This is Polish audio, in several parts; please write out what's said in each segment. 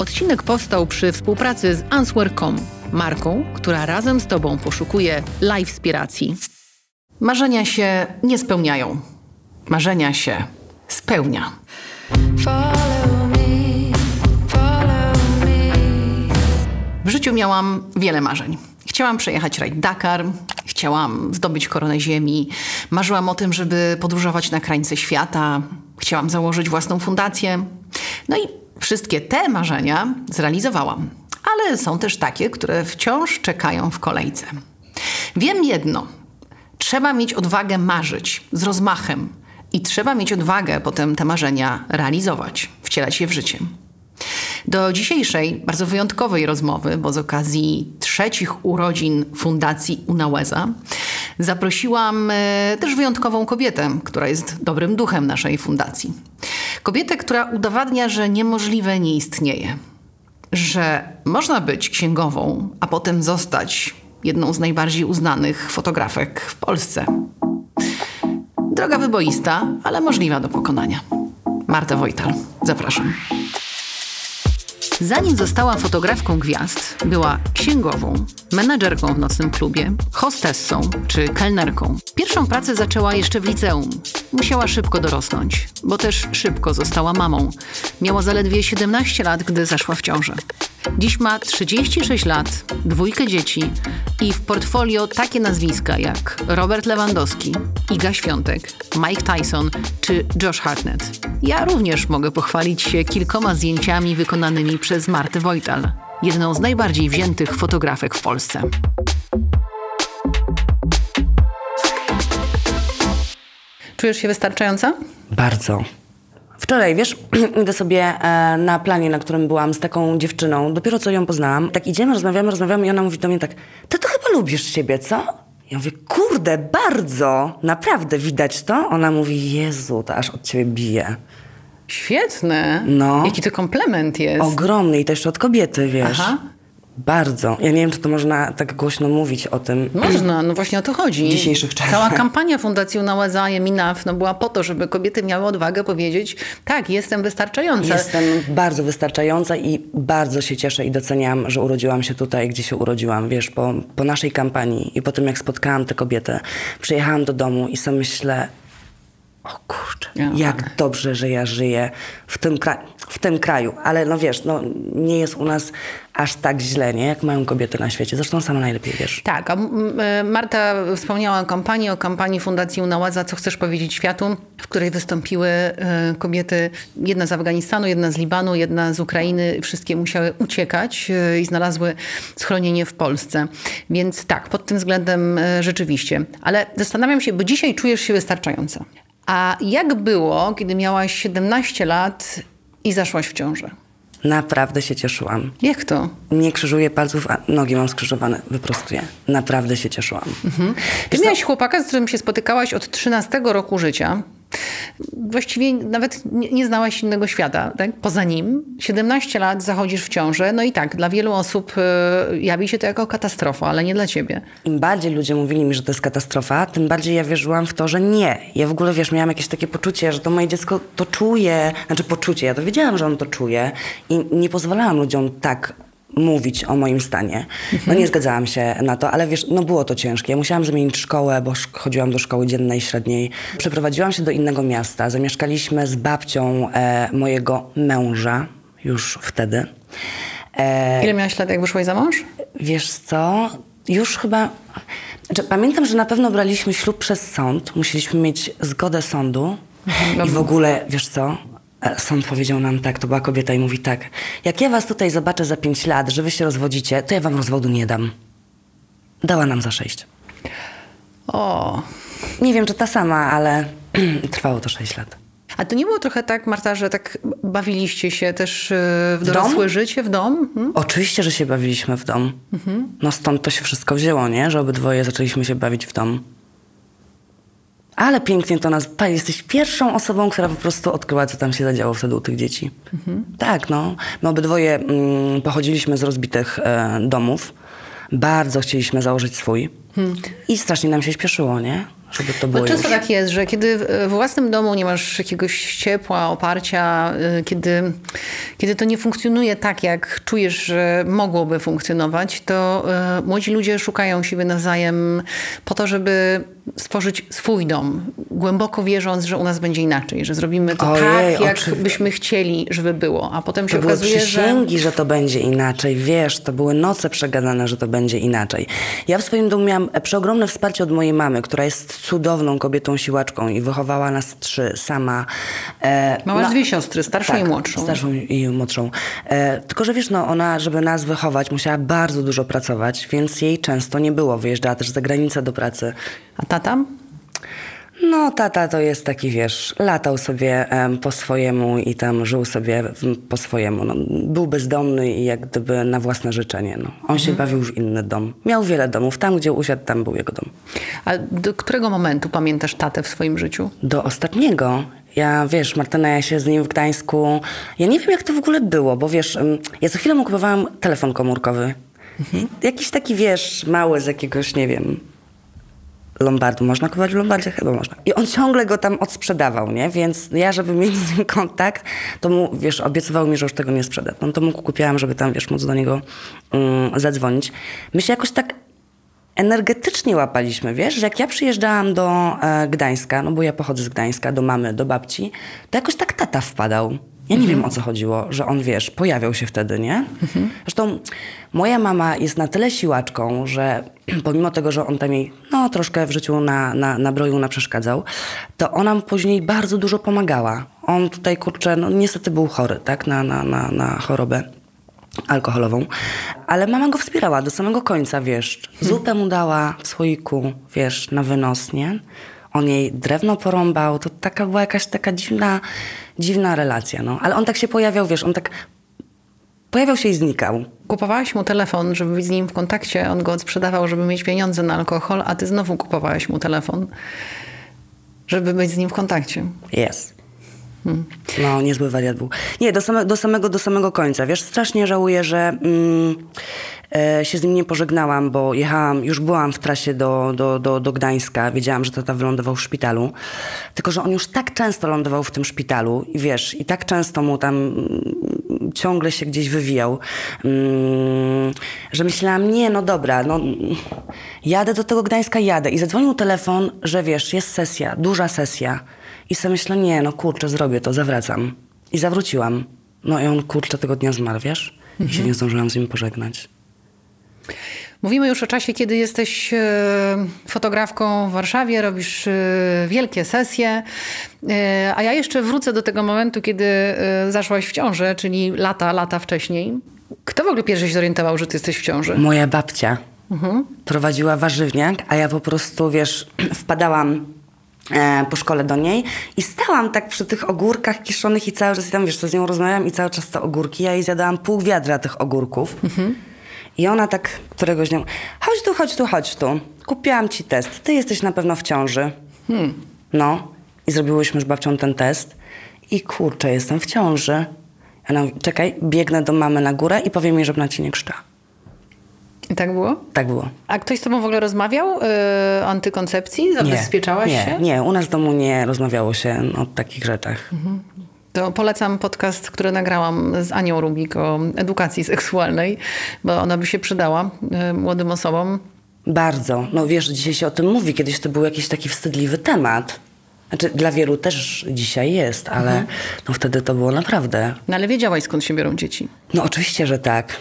Odcinek powstał przy współpracy z Answer.com, marką, która razem z Tobą poszukuje live'spiracji. Marzenia się nie spełniają. Marzenia się spełnia. W życiu miałam wiele marzeń. Chciałam przejechać rajd Dakar, chciałam zdobyć koronę ziemi, marzyłam o tym, żeby podróżować na krańce świata, chciałam założyć własną fundację. No i wszystkie te marzenia zrealizowałam. Ale są też takie, które wciąż czekają w kolejce. Wiem jedno. Trzeba mieć odwagę marzyć z rozmachem i trzeba mieć odwagę potem te marzenia realizować, wcielać je w życie. Do dzisiejszej, bardzo wyjątkowej rozmowy, bo z okazji 3 urodzin Fundacji Unaweza, zaprosiłam też wyjątkową kobietę, która jest dobrym duchem naszej fundacji. Kobietę, która udowadnia, że niemożliwe nie istnieje. Że można być księgową, a potem zostać jedną z najbardziej uznanych fotografek w Polsce. Droga wyboista, ale możliwa do pokonania. Marta Wojtal, zapraszam. Zanim została fotografką gwiazd, była księgową, menadżerką w nocnym klubie, hostessą czy kelnerką. Pierwszą pracę zaczęła jeszcze w liceum. Musiała szybko dorosnąć, bo też szybko została mamą. Miała zaledwie 17 lat, gdy zaszła w ciążę. Dziś ma 36 lat, 2 dzieci i w portfolio takie nazwiska jak Robert Lewandowski, Iga Świątek, Mike Tyson czy Josh Hartnett. Ja również mogę pochwalić się kilkoma zdjęciami wykonanymi przez Martę Wojtal, jedną z najbardziej wziętych fotografek w Polsce. Czujesz się wystarczająca? Bardzo. Wczoraj, wiesz, idę sobie na planie, na którym byłam z taką dziewczyną, dopiero co ją poznałam. Tak idziemy, rozmawiamy i ona mówi do mnie tak: ty to chyba lubisz siebie, co? Ja mówię: kurde, bardzo, naprawdę, widać to? Ona mówi: Jezu, to aż od ciebie bije. Świetne. No. Jaki to komplement jest. Ogromny i to jeszcze od kobiety, wiesz. Aha. Bardzo. Ja nie wiem, czy to można tak głośno mówić o tym. Można, no właśnie o to chodzi. W dzisiejszych czasach. Cała kampania Fundacji Unaweza I Am Enough była po to, żeby kobiety miały odwagę powiedzieć: tak, jestem wystarczająca. Jestem bardzo wystarczająca i bardzo się cieszę i doceniam, że urodziłam się tutaj, gdzie się urodziłam. Wiesz, po naszej kampanii i po tym, jak spotkałam tę kobietę, przyjechałam do domu i sobie myślę: o kurczę, jak dobrze, że ja żyję w tym kraju. Ale no wiesz, no nie jest u nas aż tak źle, nie? Jak mają kobiety na świecie. Zresztą sama najlepiej wiesz. Tak, a Marta wspomniała o kampanii Fundacji Unaweza. Co chcesz powiedzieć światu, w której wystąpiły kobiety, jedna z Afganistanu, jedna z Libanu, jedna z Ukrainy. Wszystkie musiały uciekać i znalazły schronienie w Polsce. Więc tak, pod tym względem rzeczywiście. Ale zastanawiam się, bo dzisiaj czujesz się wystarczająco. A jak było, kiedy miałaś 17 lat i zaszłaś w ciążę? Naprawdę się cieszyłam. Jak to? Nie krzyżuję palców, a nogi mam skrzyżowane. Wyprostuję. Naprawdę się cieszyłam. Ty miałaś chłopaka, z którym się spotykałaś od 13 roku życia. Właściwie nawet nie znałaś innego świata, tak? Poza nim. 17 lat, zachodzisz w ciążę. No i tak, dla wielu osób jawi się to jako katastrofa, ale nie dla ciebie. Im bardziej ludzie mówili mi, że to jest katastrofa, tym bardziej ja wierzyłam w to, że nie. Ja w ogóle, wiesz, miałam jakieś takie poczucie, że to moje dziecko to czuje. Znaczy poczucie, ja to wiedziałam, że on to czuje i nie pozwalałam ludziom tak mówić o moim stanie. No nie zgadzałam się na to, ale wiesz, no było to ciężkie. Ja musiałam zmienić szkołę, bo chodziłam do szkoły dziennej, średniej. Przeprowadziłam się do innego miasta. Zamieszkaliśmy z babcią mojego męża już wtedy. Ile miałaś lat, jak wyszłaś za mąż? Wiesz co, już chyba... Znaczy, pamiętam, że na pewno braliśmy ślub przez sąd. Musieliśmy mieć zgodę sądu. I w ogóle, wiesz co... Sąd powiedział nam tak, to była kobieta i mówi tak: jak ja was tutaj zobaczę za 5 lat, że wy się rozwodzicie, to ja wam rozwodu nie dam. Dała nam za 6. O. Nie wiem, czy ta sama, ale trwało to 6 lat. A to nie było trochę tak, Marta, że tak bawiliście się też w dorosłe życie, w dom? Oczywiście, że się bawiliśmy w dom. No stąd to się wszystko wzięło, nie? Że obydwoje zaczęliśmy się bawić w dom. Ale pięknie to nas... Jesteś pierwszą osobą, która po prostu odkryła, co tam się zadziało wtedy u tych dzieci. Tak, no. My obydwoje pochodziliśmy z rozbitych domów. Bardzo chcieliśmy założyć swój. I strasznie nam się śpieszyło, nie? żeby to było Bo często już. tak jest, że kiedy w własnym domu nie masz jakiegoś ciepła, oparcia, kiedy to nie funkcjonuje tak, jak czujesz, że mogłoby funkcjonować, to młodzi ludzie szukają siebie nawzajem po to, żeby stworzyć swój dom, głęboko wierząc, że u nas będzie inaczej, że zrobimy to Ojej, tak, jak byśmy chcieli, żeby było. A potem się To były okazuje, że... przysięgi, że to będzie inaczej. Wiesz, to były noce przegadane, że to będzie inaczej. Ja w swoim domu miałam przeogromne wsparcie od mojej mamy, która jest cudowną kobietą siłaczką i wychowała nas 3 sama. Masz 2 siostry, starszą tak, i młodszą. Starszą i młodszą. Tylko, że wiesz, ona, żeby nas wychować, musiała bardzo dużo pracować, więc jej często nie było. Wyjeżdżała też za granicę do pracy. A tata? No, tata to jest taki, wiesz, latał sobie po swojemu i tam żył sobie po swojemu. No, był bezdomny i jak gdyby na własne życzenie. No. On się bawił w inny dom. Miał wiele domów. Tam, gdzie usiadł, tam był jego dom. A do którego momentu pamiętasz tatę w swoim życiu? Do ostatniego. Ja, wiesz, Martyna, ja się z nim w Gdańsku... Ja nie wiem, jak to w ogóle było, bo wiesz, ja co chwilę mu kupowałam telefon komórkowy. Jakiś taki, wiesz, mały z jakiegoś, nie wiem... Lombardu. Można kupować w Lombardzie? Chyba można. I on ciągle go tam odsprzedawał, nie? Więc ja, żeby mieć z nim kontakt, to mu, wiesz, obiecywał mi, że już tego nie sprzeda. No to mu kupiłam, żeby tam, wiesz, móc do niego zadzwonić. My się jakoś tak energetycznie łapaliśmy, wiesz? Że jak ja przyjeżdżałam do Gdańska, no bo ja pochodzę z Gdańska, do mamy, do babci, to jakoś tak tata wpadał. Ja nie wiem, o co chodziło, że on, wiesz, pojawiał się wtedy, nie? Zresztą moja mama jest na tyle siłaczką, że pomimo tego, że on tam jej no, troszkę w życiu nabroił, naprzeszkadzał, to ona mu później bardzo dużo pomagała. On tutaj, kurczę, no niestety był chory, tak? Na chorobę alkoholową. Ale mama go wspierała do samego końca, wiesz. Zupę mu dała w słoiku, wiesz, na wynos, nie? On jej drewno porąbał. To taka była jakaś taka dziwna relacja, no. Ale on tak się pojawiał, wiesz, on tak pojawiał się i znikał. Kupowałaś mu telefon, żeby być z nim w kontakcie. On go odsprzedawał, żeby mieć pieniądze na alkohol, a ty znowu kupowałaś mu telefon, żeby być z nim w kontakcie. Jest. No, niezły wariat był. Nie, do samego końca. Wiesz, strasznie żałuję, że się z nim nie pożegnałam, bo już byłam w trasie do Gdańska. Wiedziałam, że tata wylądował w szpitalu. Tylko, że on już tak często lądował w tym szpitalu i wiesz, i tak często mu tam ciągle się gdzieś wywijał, że myślałam, nie, no dobra, no jadę do tego Gdańska, jadę. I zadzwonił telefon, że wiesz, jest sesja, duża sesja. I sobie myślę, nie, no kurczę, zrobię to, zawracam. I zawróciłam. No i on, kurczę, tego dnia zmarł, wiesz? I się nie zdążyłam z nim pożegnać. Mówimy już o czasie, kiedy jesteś fotografką w Warszawie, robisz wielkie sesje, a ja jeszcze wrócę do tego momentu, kiedy zaszłaś w ciążę, czyli lata wcześniej. Kto w ogóle pierwszy się zorientował, że ty jesteś w ciąży? Moja babcia prowadziła warzywniak, a ja po prostu, wiesz, wpadałam po szkole do niej i stałam tak przy tych ogórkach kiszonych i cały czas tam, wiesz, co z nią rozmawiałam i cały czas te ogórki. Ja jej zjadałam pół wiadra tych ogórków. I ona tak któregoś dnia, chodź tu. Kupiłam ci test. Ty jesteś na pewno w ciąży. No. I zrobiłyśmy z babcią ten test. I kurczę, jestem w ciąży. Ona mówi, czekaj, biegnę do mamy na górę i powiem jej, żeby na ci nie krzyczała. I tak było? Tak było. A ktoś z tobą w ogóle rozmawiał o antykoncepcji? Zabezpieczałaś się? Nie, u nas w domu nie rozmawiało się o takich rzeczach. To polecam podcast, który nagrałam z Anią Rubik o edukacji seksualnej, bo ona by się przydała młodym osobom. Bardzo. No wiesz, dzisiaj się o tym mówi. Kiedyś to był jakiś taki wstydliwy temat. Znaczy, dla wielu też dzisiaj jest, ale no wtedy to było naprawdę... No ale wiedziałaś, skąd się biorą dzieci? No oczywiście, że tak.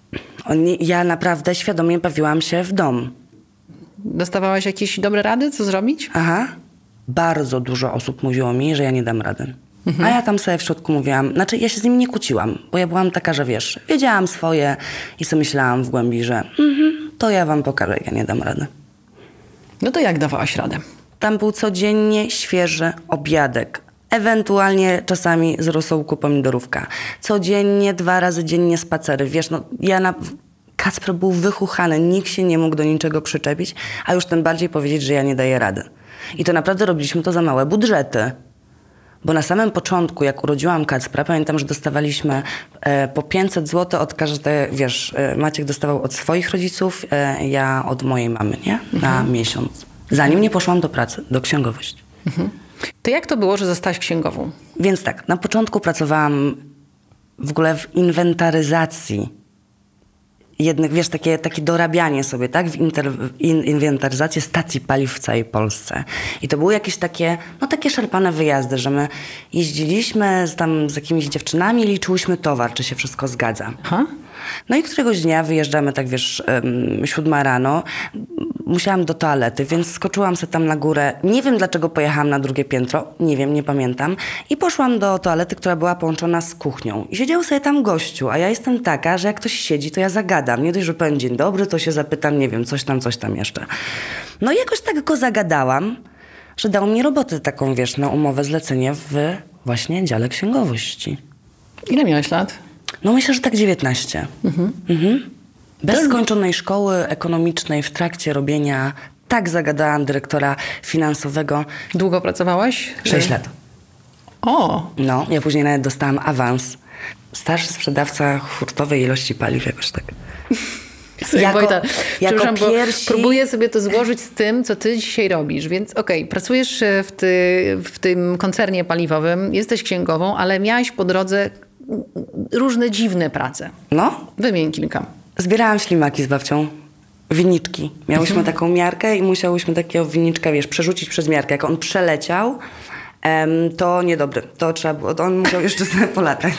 Ja naprawdę świadomie bawiłam się w dom. Dostawałaś jakieś dobre rady, co zrobić? Aha. Bardzo dużo osób mówiło mi, że ja nie dam rady. A ja tam sobie w środku mówiłam, znaczy ja się z nimi nie kłóciłam, bo ja byłam taka, że wiesz, wiedziałam swoje i sobie myślałam w głębi, że to ja wam pokażę, jak ja nie dam rady. No to jak dawałaś radę? Tam był codziennie świeży obiadek. Ewentualnie czasami z rosołku pomidorówka. Codziennie, 2 razy dziennie spacery. Wiesz, no Kacper był wychuchany, nikt się nie mógł do niczego przyczepić, a już tym bardziej powiedzieć, że ja nie daję rady. I to naprawdę robiliśmy to za małe budżety. Bo na samym początku, jak urodziłam Kacpra, pamiętam, że dostawaliśmy po 500 zł od każdej, wiesz, Maciek dostawał od swoich rodziców, ja od mojej mamy, nie? Na miesiąc. Zanim nie poszłam do pracy, do księgowości. To jak to było, że zostałaś księgową? Więc tak, na początku pracowałam w ogóle w inwentaryzacji jednych, wiesz, takie dorabianie sobie, tak? W inwentaryzacji stacji paliw w całej Polsce. I to były jakieś takie szarpane wyjazdy, że my jeździliśmy z jakimiś dziewczynami i liczyłyśmy towar, czy się wszystko zgadza. Aha. No i któregoś dnia wyjeżdżamy, tak wiesz, 7 rano. Musiałam do toalety, więc skoczyłam sobie tam na górę. Nie wiem, dlaczego pojechałam na drugie piętro. Nie wiem, nie pamiętam. I poszłam do toalety, która była połączona z kuchnią. I siedział sobie tam gościu, a ja jestem taka, że jak ktoś siedzi, to ja zagadam. Nie dość, że powiem dzień dobry, to się zapytam, nie wiem, coś tam jeszcze. No i jakoś tak go zagadałam, że dał mi robotę taką, wiesz, na umowę zlecenie w właśnie dziale księgowości. Ile miałeś lat? No myślę, że tak 19. Bez skończonej szkoły ekonomicznej, w trakcie robienia, tak zagadałam dyrektora finansowego. Długo pracowałaś? 6 lat. O! No, ja później nawet dostałam awans. Starszy sprzedawca hurtowej ilości paliw, jakoś tak. Wojta, jako bo pierwsi... próbuję sobie to złożyć z tym, co ty dzisiaj robisz. Więc pracujesz w tym koncernie paliwowym, jesteś księgową, ale miałaś po drodze różne dziwne prace. No. Wymień kilka. Zbierałam ślimaki z babcią. Winiczki. Miałyśmy taką miarkę i musiałyśmy takiego winiczka, wiesz, przerzucić przez miarkę. Jak on przeleciał, to niedobry. To trzeba było, on musiał jeszcze sobie polatać.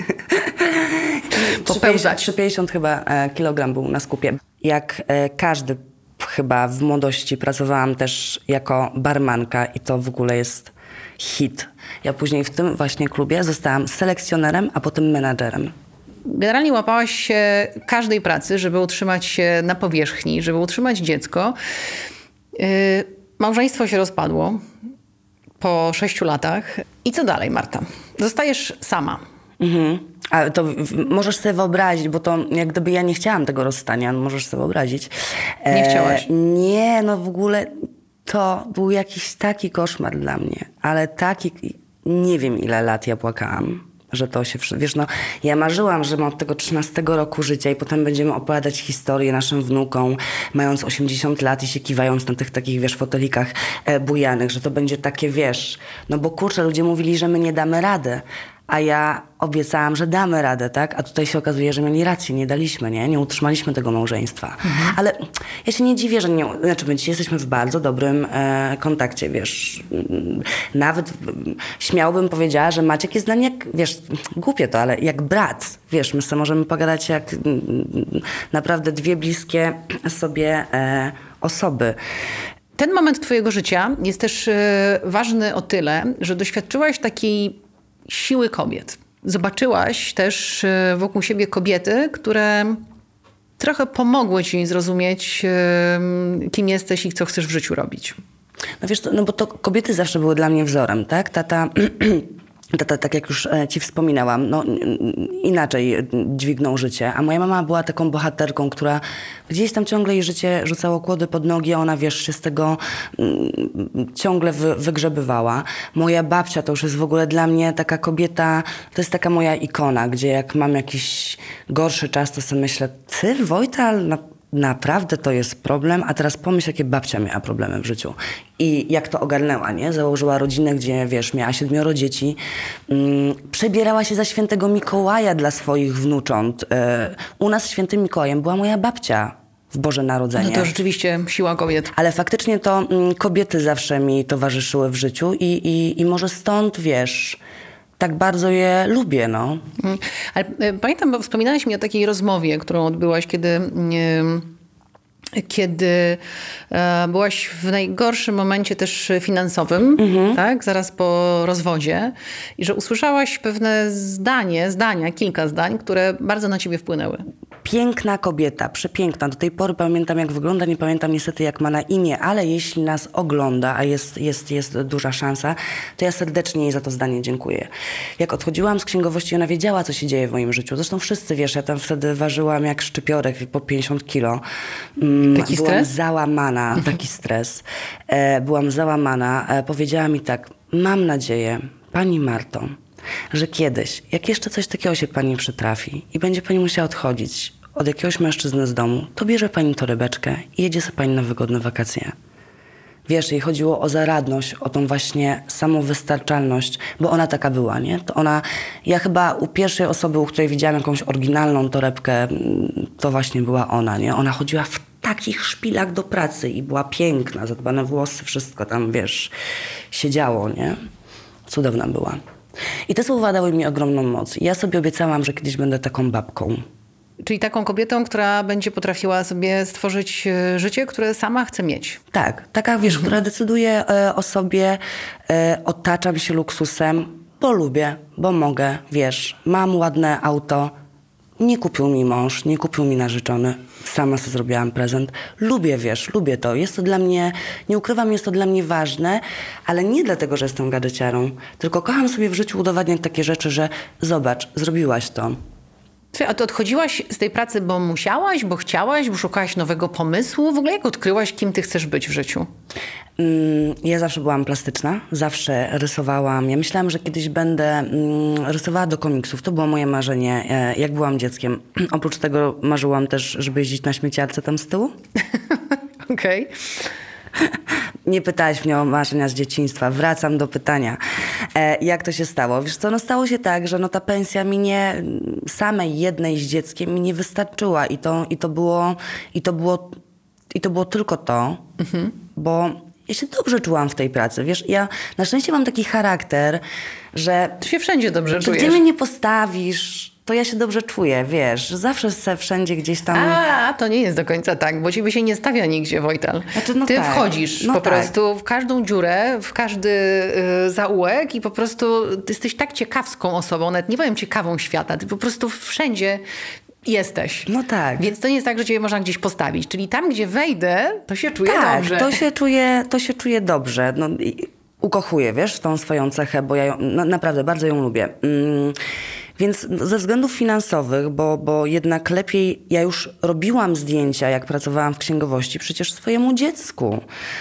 Popełzać. 350 chyba kilogram był na skupie. Jak każdy chyba w młodości pracowałam też jako barmanka i to w ogóle jest hit. Ja później w tym właśnie klubie zostałam selekcjonerem, a potem menadżerem. Generalnie łapałaś się każdej pracy, żeby utrzymać się na powierzchni, żeby utrzymać dziecko. Małżeństwo się rozpadło po 6 latach. I co dalej, Marta? Zostajesz sama. A to możesz sobie wyobrazić, bo to jak gdyby ja nie chciałam tego rozstania, możesz sobie wyobrazić. Nie chciałaś? Nie, no w ogóle to był jakiś taki koszmar dla mnie, ale taki, nie wiem ile lat ja płakałam, że to się, wiesz, no ja marzyłam, że mam od tego 13 roku życia i potem będziemy opowiadać historię naszym wnukom, mając 80 lat i się kiwając na tych takich, wiesz, fotelikach bujanych, że to będzie takie, wiesz, no bo kurczę, ludzie mówili, że my nie damy rady. A ja obiecałam, że damy radę, tak? A tutaj się okazuje, że mieli rację, nie daliśmy, nie utrzymaliśmy tego małżeństwa. Ale ja się nie dziwię, że nie... Znaczy, my dzisiaj jesteśmy w bardzo dobrym kontakcie, wiesz. Nawet śmiało bym powiedziała, że Maciek jest dla mnie jak, wiesz, głupie to, ale jak brat. Wiesz, my sobie możemy pogadać jak naprawdę dwie bliskie sobie osoby. Ten moment twojego życia jest też ważny o tyle, że doświadczyłaś takiej siły kobiet. Zobaczyłaś też wokół siebie kobiety, które trochę pomogły ci zrozumieć, kim jesteś i co chcesz w życiu robić. No wiesz, no bo to kobiety zawsze były dla mnie wzorem, tak? Tata, tak jak już ci wspominałam, no inaczej dźwignął życie, a moja mama była taką bohaterką, która gdzieś tam ciągle jej życie rzucało kłody pod nogi, a ona, wiesz, się z tego ciągle wygrzebywała. Moja babcia to już jest w ogóle dla mnie taka kobieta, to jest taka moja ikona, gdzie jak mam jakiś gorszy czas, to sobie myślę, ty Wojta, naprawdę to jest problem, a teraz pomyśl, jakie babcia miała problemy w życiu. I jak to ogarnęła, nie? Założyła rodzinę, gdzie, wiesz, miała 7 dzieci. Przebierała się za świętego Mikołaja dla swoich wnucząt. U nas świętym Mikołajem była moja babcia w Boże Narodzenie. No to rzeczywiście siła kobiet. Ale faktycznie to kobiety zawsze mi towarzyszyły w życiu i może stąd, wiesz... Tak bardzo je lubię, no. Ale pamiętam, bo wspominałaś mi o takiej rozmowie, którą odbyłaś, kiedy byłaś w najgorszym momencie też finansowym, tak? Zaraz po rozwodzie. I że usłyszałaś pewne kilka zdań, które bardzo na ciebie wpłynęły. Piękna kobieta, przepiękna. Do tej pory pamiętam, jak wygląda, nie pamiętam niestety, jak ma na imię, ale jeśli nas ogląda, a jest duża szansa, to ja serdecznie jej za to zdanie dziękuję. Jak odchodziłam z księgowości, ona wiedziała, co się dzieje w moim życiu. Zresztą wszyscy, wiesz, ja tam wtedy ważyłam jak szczypiorek, po 50 kilo. Taki Byłam stres? załamana, taki stres. Byłam załamana. Powiedziała mi tak, mam nadzieję, pani Marto, że kiedyś, jak jeszcze coś takiego się pani przytrafi i będzie pani musiała odchodzić od jakiegoś mężczyzny z domu, to bierze pani torebeczkę i jedzie sobie pani na wygodne wakacje. Wiesz, jej chodziło o zaradność, o tą właśnie samowystarczalność, bo ona taka była, nie? To ona, ja chyba u pierwszej osoby, u której widziałam jakąś oryginalną torebkę, to właśnie była ona, nie? Ona chodziła w takich szpilach do pracy i była piękna, zadbane włosy, wszystko tam, wiesz, się działo, nie? Cudowna była. I te słowa dały mi ogromną moc. I ja sobie obiecałam, że kiedyś będę taką babką. Czyli taką kobietą, która będzie potrafiła sobie stworzyć życie, które sama chce mieć. Tak, taka, wiesz, która decyduje o sobie, otaczam się luksusem, bo lubię, bo mogę, wiesz, mam ładne auto, nie kupił mi mąż, nie kupił mi narzeczony, sama sobie zrobiłam prezent. Lubię, wiesz, lubię to. Jest to dla mnie, nie ukrywam, jest to dla mnie ważne, ale nie dlatego, że jestem gadżeciarą, tylko kocham sobie w życiu udowadniać takie rzeczy, że zobacz, zrobiłaś to. A ty odchodziłaś z tej pracy, bo musiałaś, bo chciałaś, bo szukałaś nowego pomysłu? W ogóle jak odkryłaś, kim ty chcesz być w życiu? Ja zawsze byłam plastyczna, zawsze rysowałam. Ja myślałam, że kiedyś będę rysowała do komiksów. To było moje marzenie, jak byłam dzieckiem. Oprócz tego marzyłam też, żeby jeździć na śmieciarce tam z tyłu. Okej. Nie pytałaś mnie o marzenia z dzieciństwa. Wracam do pytania. Jak to się stało? Wiesz co, no stało się tak, że no ta pensja mi nie, samej jednej z dzieckiem mi nie wystarczyła i to było tylko to, bo ja się dobrze czułam w tej pracy. Wiesz, ja na szczęście mam taki charakter, że Ty się wszędzie dobrze czujesz. gdzie mnie nie postawisz, to ja się dobrze czuję, wiesz. Zawsze se wszędzie gdzieś tam... A, to nie jest do końca tak, bo ciebie się nie stawia nigdzie, Wojtal. Znaczy, no ty tak. wchodzisz No po tak. prostu w każdą dziurę, w każdy zaułek i po prostu ty jesteś tak ciekawską osobą, nawet nie powiem ciekawą świata, ty po prostu wszędzie jesteś. No tak. Więc to nie jest tak, że ciebie można gdzieś postawić. Czyli tam, gdzie wejdę, to się czuję Tak, dobrze. to się czuje dobrze. No, ukochuję, wiesz, tą swoją cechę, bo ja ją, naprawdę bardzo ją lubię. Więc ze względów finansowych, bo jednak lepiej, ja już robiłam zdjęcia, jak pracowałam w księgowości, przecież swojemu dziecku.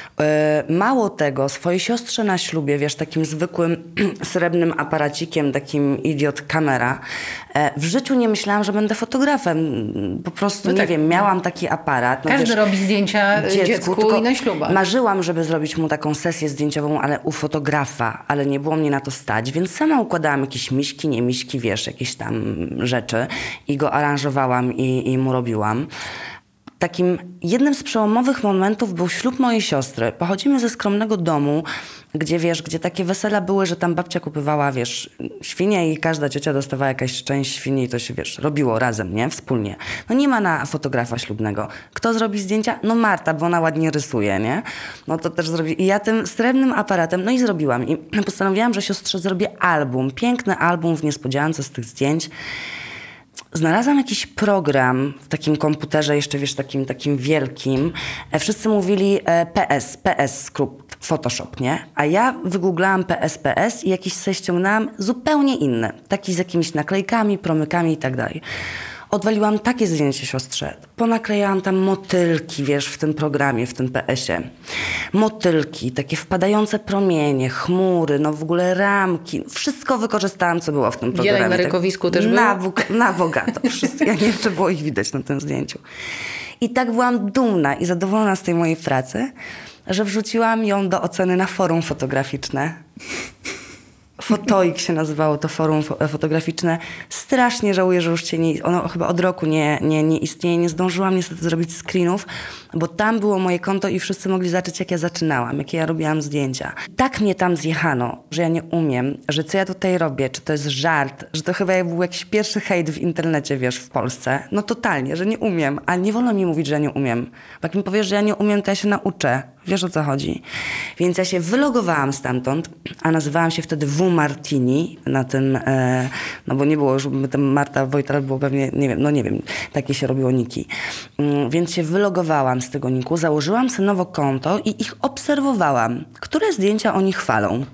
Mało tego, swojej siostrze na ślubie, wiesz, takim zwykłym srebrnym aparacikiem, takim idiot kamera. W życiu nie myślałam, że będę fotografem. Po prostu, No nie tak. wiem, miałam taki aparat. No, Każdy wiesz, robi zdjęcia dziecku tylko i na ślubach. Marzyłam, żeby zrobić mu taką sesję zdjęciową, ale u fotografa, ale nie było mnie na to stać, więc sama układałam jakieś miśki, nie miśki, wiesz, jakieś tam rzeczy i go aranżowałam i mu robiłam. Takim jednym z przełomowych momentów był ślub mojej siostry. Pochodzimy ze skromnego domu, gdzie wiesz, gdzie takie wesela były, że tam babcia kupywała, wiesz, świnie i każda ciocia dostawała jakaś część świni i to się, wiesz, robiło razem, nie? Wspólnie. No nie ma na fotografa ślubnego. Kto zrobi zdjęcia? No Marta, bo ona ładnie rysuje, nie? No to też zrobi. I ja tym srebrnym aparatem, no i zrobiłam. I postanowiłam, że siostrze zrobię album. Piękny album w niespodziance z tych zdjęć. Znalazłam jakiś program w takim komputerze, jeszcze wiesz, takim wielkim. Wszyscy mówili PS, skrót, Photoshop, nie? A ja wygooglałam PS i jakiś sobie ściągnęłam zupełnie inny. Taki z jakimiś naklejkami, promykami i tak dalej. Odwaliłam takie zdjęcie siostrze. Ponaklejałam tam motylki, wiesz, w tym programie, w tym PS-ie. Motylki, takie wpadające promienie, chmury, no w ogóle ramki. Wszystko wykorzystałam, co było w tym programie. Jeleń na rękowisku też był? Na bogato. Wszystko. Ja nie wiem, czy było ich widać na tym zdjęciu. I tak byłam dumna i zadowolona z tej mojej pracy, że wrzuciłam ją do oceny na forum fotograficzne. Fotoik się nazywało to forum fotograficzne. Strasznie żałuję, że już ono chyba od roku nie istnieje. Nie zdążyłam niestety zrobić screenów, bo tam było moje konto i wszyscy mogli zobaczyć, jak ja zaczynałam, jakie ja robiłam zdjęcia. Tak mnie tam zjechano, że ja nie umiem, że co ja tutaj robię, czy to jest żart, że to chyba był jakiś pierwszy hejt w internecie, wiesz, w Polsce. No totalnie, że nie umiem, a nie wolno mi mówić, że ja nie umiem. Bo jak mi powiesz, że ja nie umiem, to ja się nauczę. Wiesz, o co chodzi. Więc ja się wylogowałam stamtąd, a nazywałam się wtedy W. Martini na tym, no bo nie było już, tam Marta Wojtal było pewnie, nie wiem, takie się robiło niki. Więc się wylogowałam z tego niku, założyłam sobie nowe konto i ich obserwowałam, które zdjęcia oni chwalą.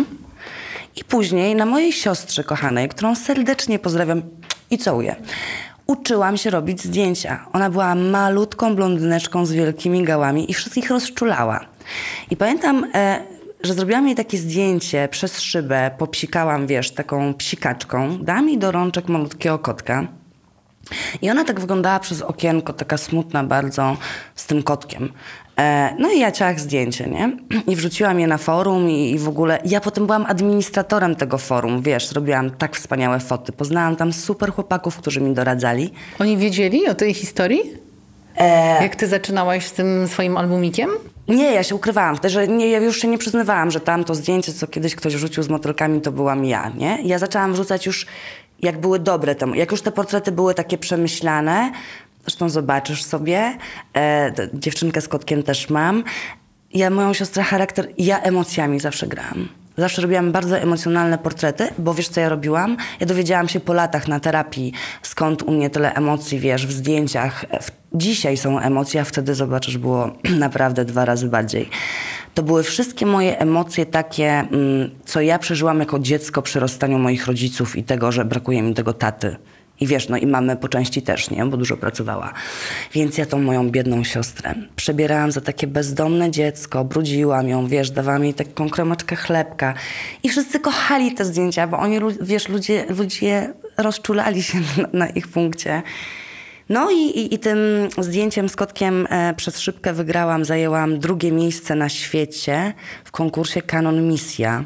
I później na mojej siostrze kochanej, którą serdecznie pozdrawiam i całuję, uczyłam się robić zdjęcia. Ona była malutką blondyneczką z wielkimi gałami i wszystkich rozczulała. I pamiętam, że zrobiłam jej takie zdjęcie przez szybę, popsikałam, wiesz, taką psikaczką, dałam jej do rączek malutkiego kotka I ona tak wyglądała przez okienko, taka smutna bardzo, z tym kotkiem. No i ja ciach zdjęcie, nie? I wrzuciłam je na forum i w ogóle... Ja potem byłam administratorem tego forum, wiesz, robiłam tak wspaniałe foty. Poznałam tam super chłopaków, którzy mi doradzali. Oni wiedzieli o tej historii? Jak ty zaczynałaś z tym swoim albumikiem? Nie, ja się ukrywałam. Że ja już się nie przyznawałam, że tamto zdjęcie, co kiedyś ktoś rzucił z motylkami, to byłam ja, nie? Ja zaczęłam wrzucać już, jak były dobre temu. Jak już te portrety były takie przemyślane, zresztą zobaczysz sobie, dziewczynkę z kotkiem też mam. Moją siostrę charakter, ja emocjami zawsze grałam. Zawsze robiłam bardzo emocjonalne portrety, bo wiesz, co ja robiłam? Ja dowiedziałam się po latach na terapii, skąd u mnie tyle emocji, wiesz, w zdjęciach. Dzisiaj są emocje, a wtedy, zobaczysz, było naprawdę 2 razy bardziej. To były wszystkie moje emocje takie, co ja przeżyłam jako dziecko przy rozstaniu moich rodziców i tego, że brakuje mi tego taty. I wiesz, no i mamy po części też, nie? Bo dużo pracowała. Więc ja tą moją biedną siostrę przebierałam za takie bezdomne dziecko, brudziłam ją, wiesz, dawałam jej taką kromeczkę chlebka. I wszyscy kochali te zdjęcia, bo oni, wiesz, ludzie rozczulali się na ich punkcie. No i tym zdjęciem z kotkiem przez szybkę wygrałam, zajęłam 2. miejsce na świecie w konkursie Canon Misja.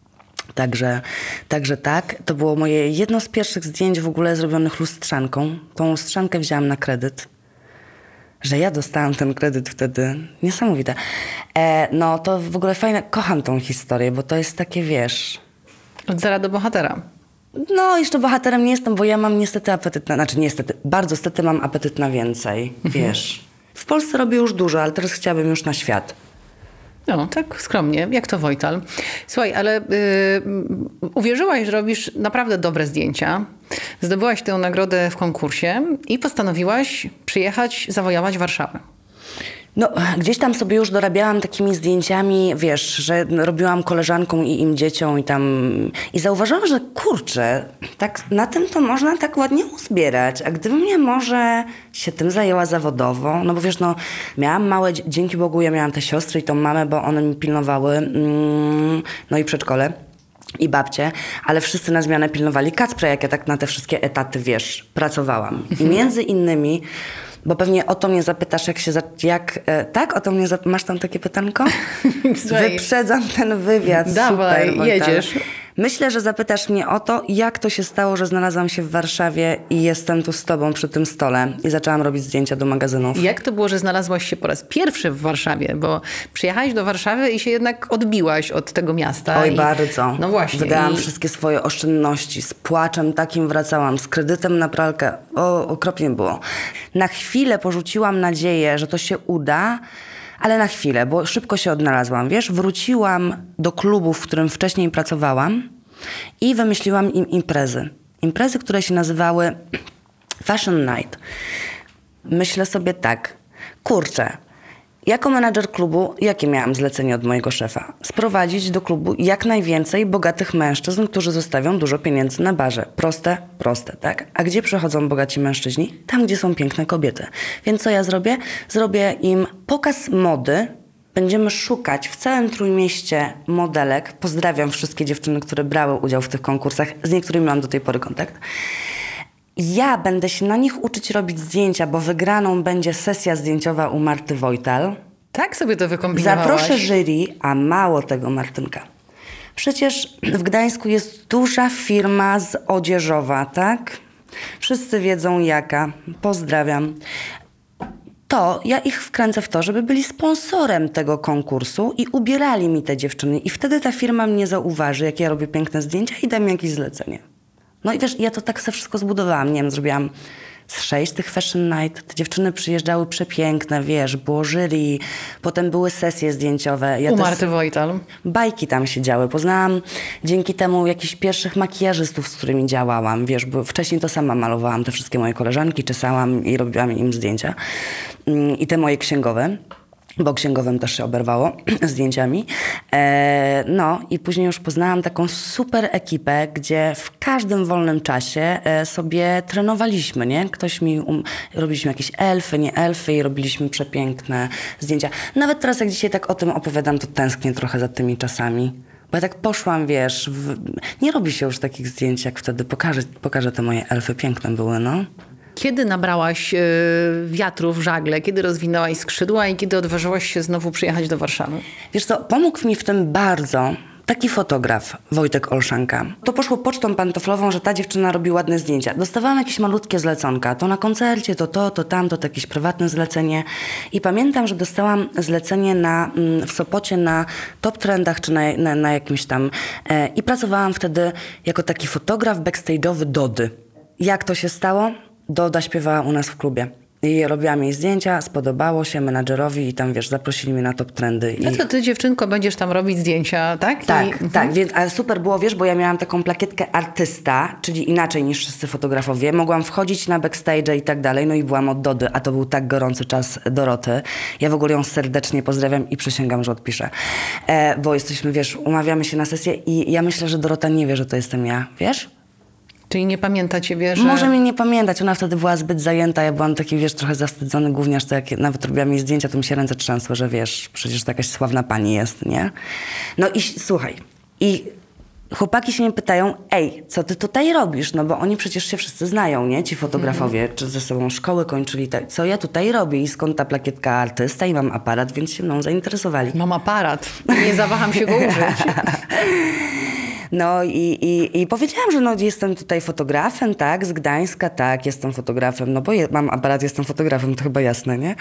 Także tak, to było moje jedno z pierwszych zdjęć w ogóle zrobionych lustrzanką. Tą lustrzankę wzięłam na kredyt. Że ja dostałam ten kredyt wtedy. Niesamowite. No to w ogóle fajne, kocham tą historię, bo to jest takie, wiesz... Od zera do bohatera. No, jeszcze bohaterem nie jestem, bo ja mam niestety apetyt na... Znaczy niestety, bardzo stety mam apetyt na więcej, wiesz. W Polsce robię już dużo, ale teraz chciałabym już na świat. No, tak skromnie, jak to Wojtal. Słuchaj, ale uwierzyłaś, że robisz naprawdę dobre zdjęcia. Zdobyłaś tę nagrodę w konkursie i postanowiłaś przyjechać, zawojować Warszawę. No, gdzieś tam sobie już dorabiałam takimi zdjęciami, wiesz, że robiłam koleżankom i im dzieciom i tam... I zauważyłam, że kurczę, tak na tym to można tak ładnie uzbierać. A gdybym ja może się tym zajęła zawodowo, no bo wiesz, no miałam małe, dzięki Bogu ja miałam te siostry i tą mamę, bo one mi pilnowały, no i przedszkole. I babcie, ale wszyscy na zmianę pilnowali Kacpra, jak ja tak na te wszystkie etaty, wiesz, pracowałam. I między innymi... Bo pewnie o to mnie zapytasz, tak? O to mnie masz tam takie pytanko? Wyprzedzam ten wywiad. Dawaj, super, jedziesz. Myślę, że zapytasz mnie o to, jak to się stało, że znalazłam się w Warszawie i jestem tu z tobą przy tym stole i zaczęłam robić zdjęcia do magazynów. Jak to było, że znalazłaś się po raz pierwszy w Warszawie? Bo przyjechałaś do Warszawy i się jednak odbiłaś od tego miasta. Oj, bardzo. No właśnie. Wydałam wszystkie swoje oszczędności. Z płaczem takim wracałam. Z kredytem na pralkę. Okropnie było. Na chwilę porzuciłam nadzieję, że to się uda, ale na chwilę, bo szybko się odnalazłam. Wiesz, wróciłam do klubu, w którym wcześniej pracowałam i wymyśliłam im imprezy. Imprezy, które się nazywały Fashion Night. Myślę sobie tak, kurczę, jako menadżer klubu, jakie miałam zlecenie od mojego szefa? Sprowadzić do klubu jak najwięcej bogatych mężczyzn, którzy zostawią dużo pieniędzy na barze. Proste, tak? A gdzie przychodzą bogaci mężczyźni? Tam, gdzie są piękne kobiety. Więc co ja zrobię? Zrobię im pokaz mody. Będziemy szukać w całym Trójmieście modelek. Pozdrawiam wszystkie dziewczyny, które brały udział w tych konkursach. Z niektórymi mam do tej pory kontakt. Ja będę się na nich uczyć robić zdjęcia, bo wygraną będzie sesja zdjęciowa u Marty Wojtal. Tak sobie to wykombinowałaś. Zaproszę jury, a mało tego, Martynka. Przecież w Gdańsku jest duża firma odzieżowa, tak? Wszyscy wiedzą jaka. Pozdrawiam. To ja ich wkręcę w to, żeby byli sponsorem tego konkursu i ubierali mi te dziewczyny. I wtedy ta firma mnie zauważy, jak ja robię piękne zdjęcia i da mi jakieś zlecenie. No i wiesz, ja to tak sobie wszystko zbudowałam. Nie wiem, zrobiłam z 6 tych Fashion Night. Te dziewczyny przyjeżdżały przepiękne, wiesz, było jury, potem były sesje zdjęciowe. U Marty Wojtal. Bajki tam się działy. Poznałam dzięki temu jakichś pierwszych makijażystów, z którymi działałam, wiesz, bo wcześniej to sama malowałam te wszystkie moje koleżanki, czesałam i robiłam im zdjęcia. I te moje księgowe. Bo księgowym też się oberwało zdjęciami. No i później już poznałam taką super ekipę, gdzie w każdym wolnym czasie sobie trenowaliśmy, nie? Robiliśmy jakieś elfy, nie elfy i robiliśmy przepiękne zdjęcia. Nawet teraz, jak dzisiaj tak o tym opowiadam, to tęsknię trochę za tymi czasami. Bo ja tak poszłam, wiesz, nie robi się już takich zdjęć jak wtedy. Pokażę te moje elfy, piękne były, no. Kiedy nabrałaś wiatru w żagle, kiedy rozwinęłaś skrzydła i kiedy odważyłaś się znowu przyjechać do Warszawy? Wiesz co, pomógł mi w tym bardzo taki fotograf, Wojtek Olszanka. To poszło pocztą pantoflową, że ta dziewczyna robi ładne zdjęcia. Dostawałam jakieś malutkie zleconka. To na koncercie, to tamto, to jakieś prywatne zlecenie. I pamiętam, że dostałam zlecenie w Sopocie na Top Trendach, czy na jakimś tam. I pracowałam wtedy jako taki fotograf backstage'owy Dody. Jak to się stało? Doda śpiewała u nas w klubie. I robiłam jej zdjęcia, spodobało się menadżerowi i tam, wiesz, zaprosili mnie na Top Trendy. No to ty, dziewczynko, będziesz tam robić zdjęcia, tak? Tak, więc, ale super było, wiesz, bo ja miałam taką plakietkę artysta, czyli inaczej niż wszyscy fotografowie. Mogłam wchodzić na backstage i tak dalej, no i byłam od Dody, a to był tak gorący czas Doroty. Ja w ogóle ją serdecznie pozdrawiam i przysięgam, że odpiszę. Bo jesteśmy, wiesz, umawiamy się na sesję i ja myślę, że Dorota nie wie, że to jestem ja, wiesz? Czyli nie pamięta ciebie, że... Może mnie nie pamiętać, ona wtedy była zbyt zajęta, ja byłam taki, wiesz, trochę zawstydzony gówniarz, to jak nawet robiłam jej zdjęcia, to mi się ręce trzęsły, że wiesz, przecież to jakaś sławna pani jest, nie? No i słuchaj, i chłopaki się mnie pytają, ej, co ty tutaj robisz? No bo oni przecież się wszyscy znają, nie? Ci fotografowie, czy ze sobą szkoły kończyli, co ja tutaj robię i skąd ta plakietka artysta i mam aparat, więc się mną zainteresowali. Mam aparat, nie zawaham się go użyć. No i powiedziałam, że no jestem tutaj fotografem, tak, z Gdańska, tak, jestem fotografem, no bo mam aparat, jestem fotografem, to chyba jasne, nie?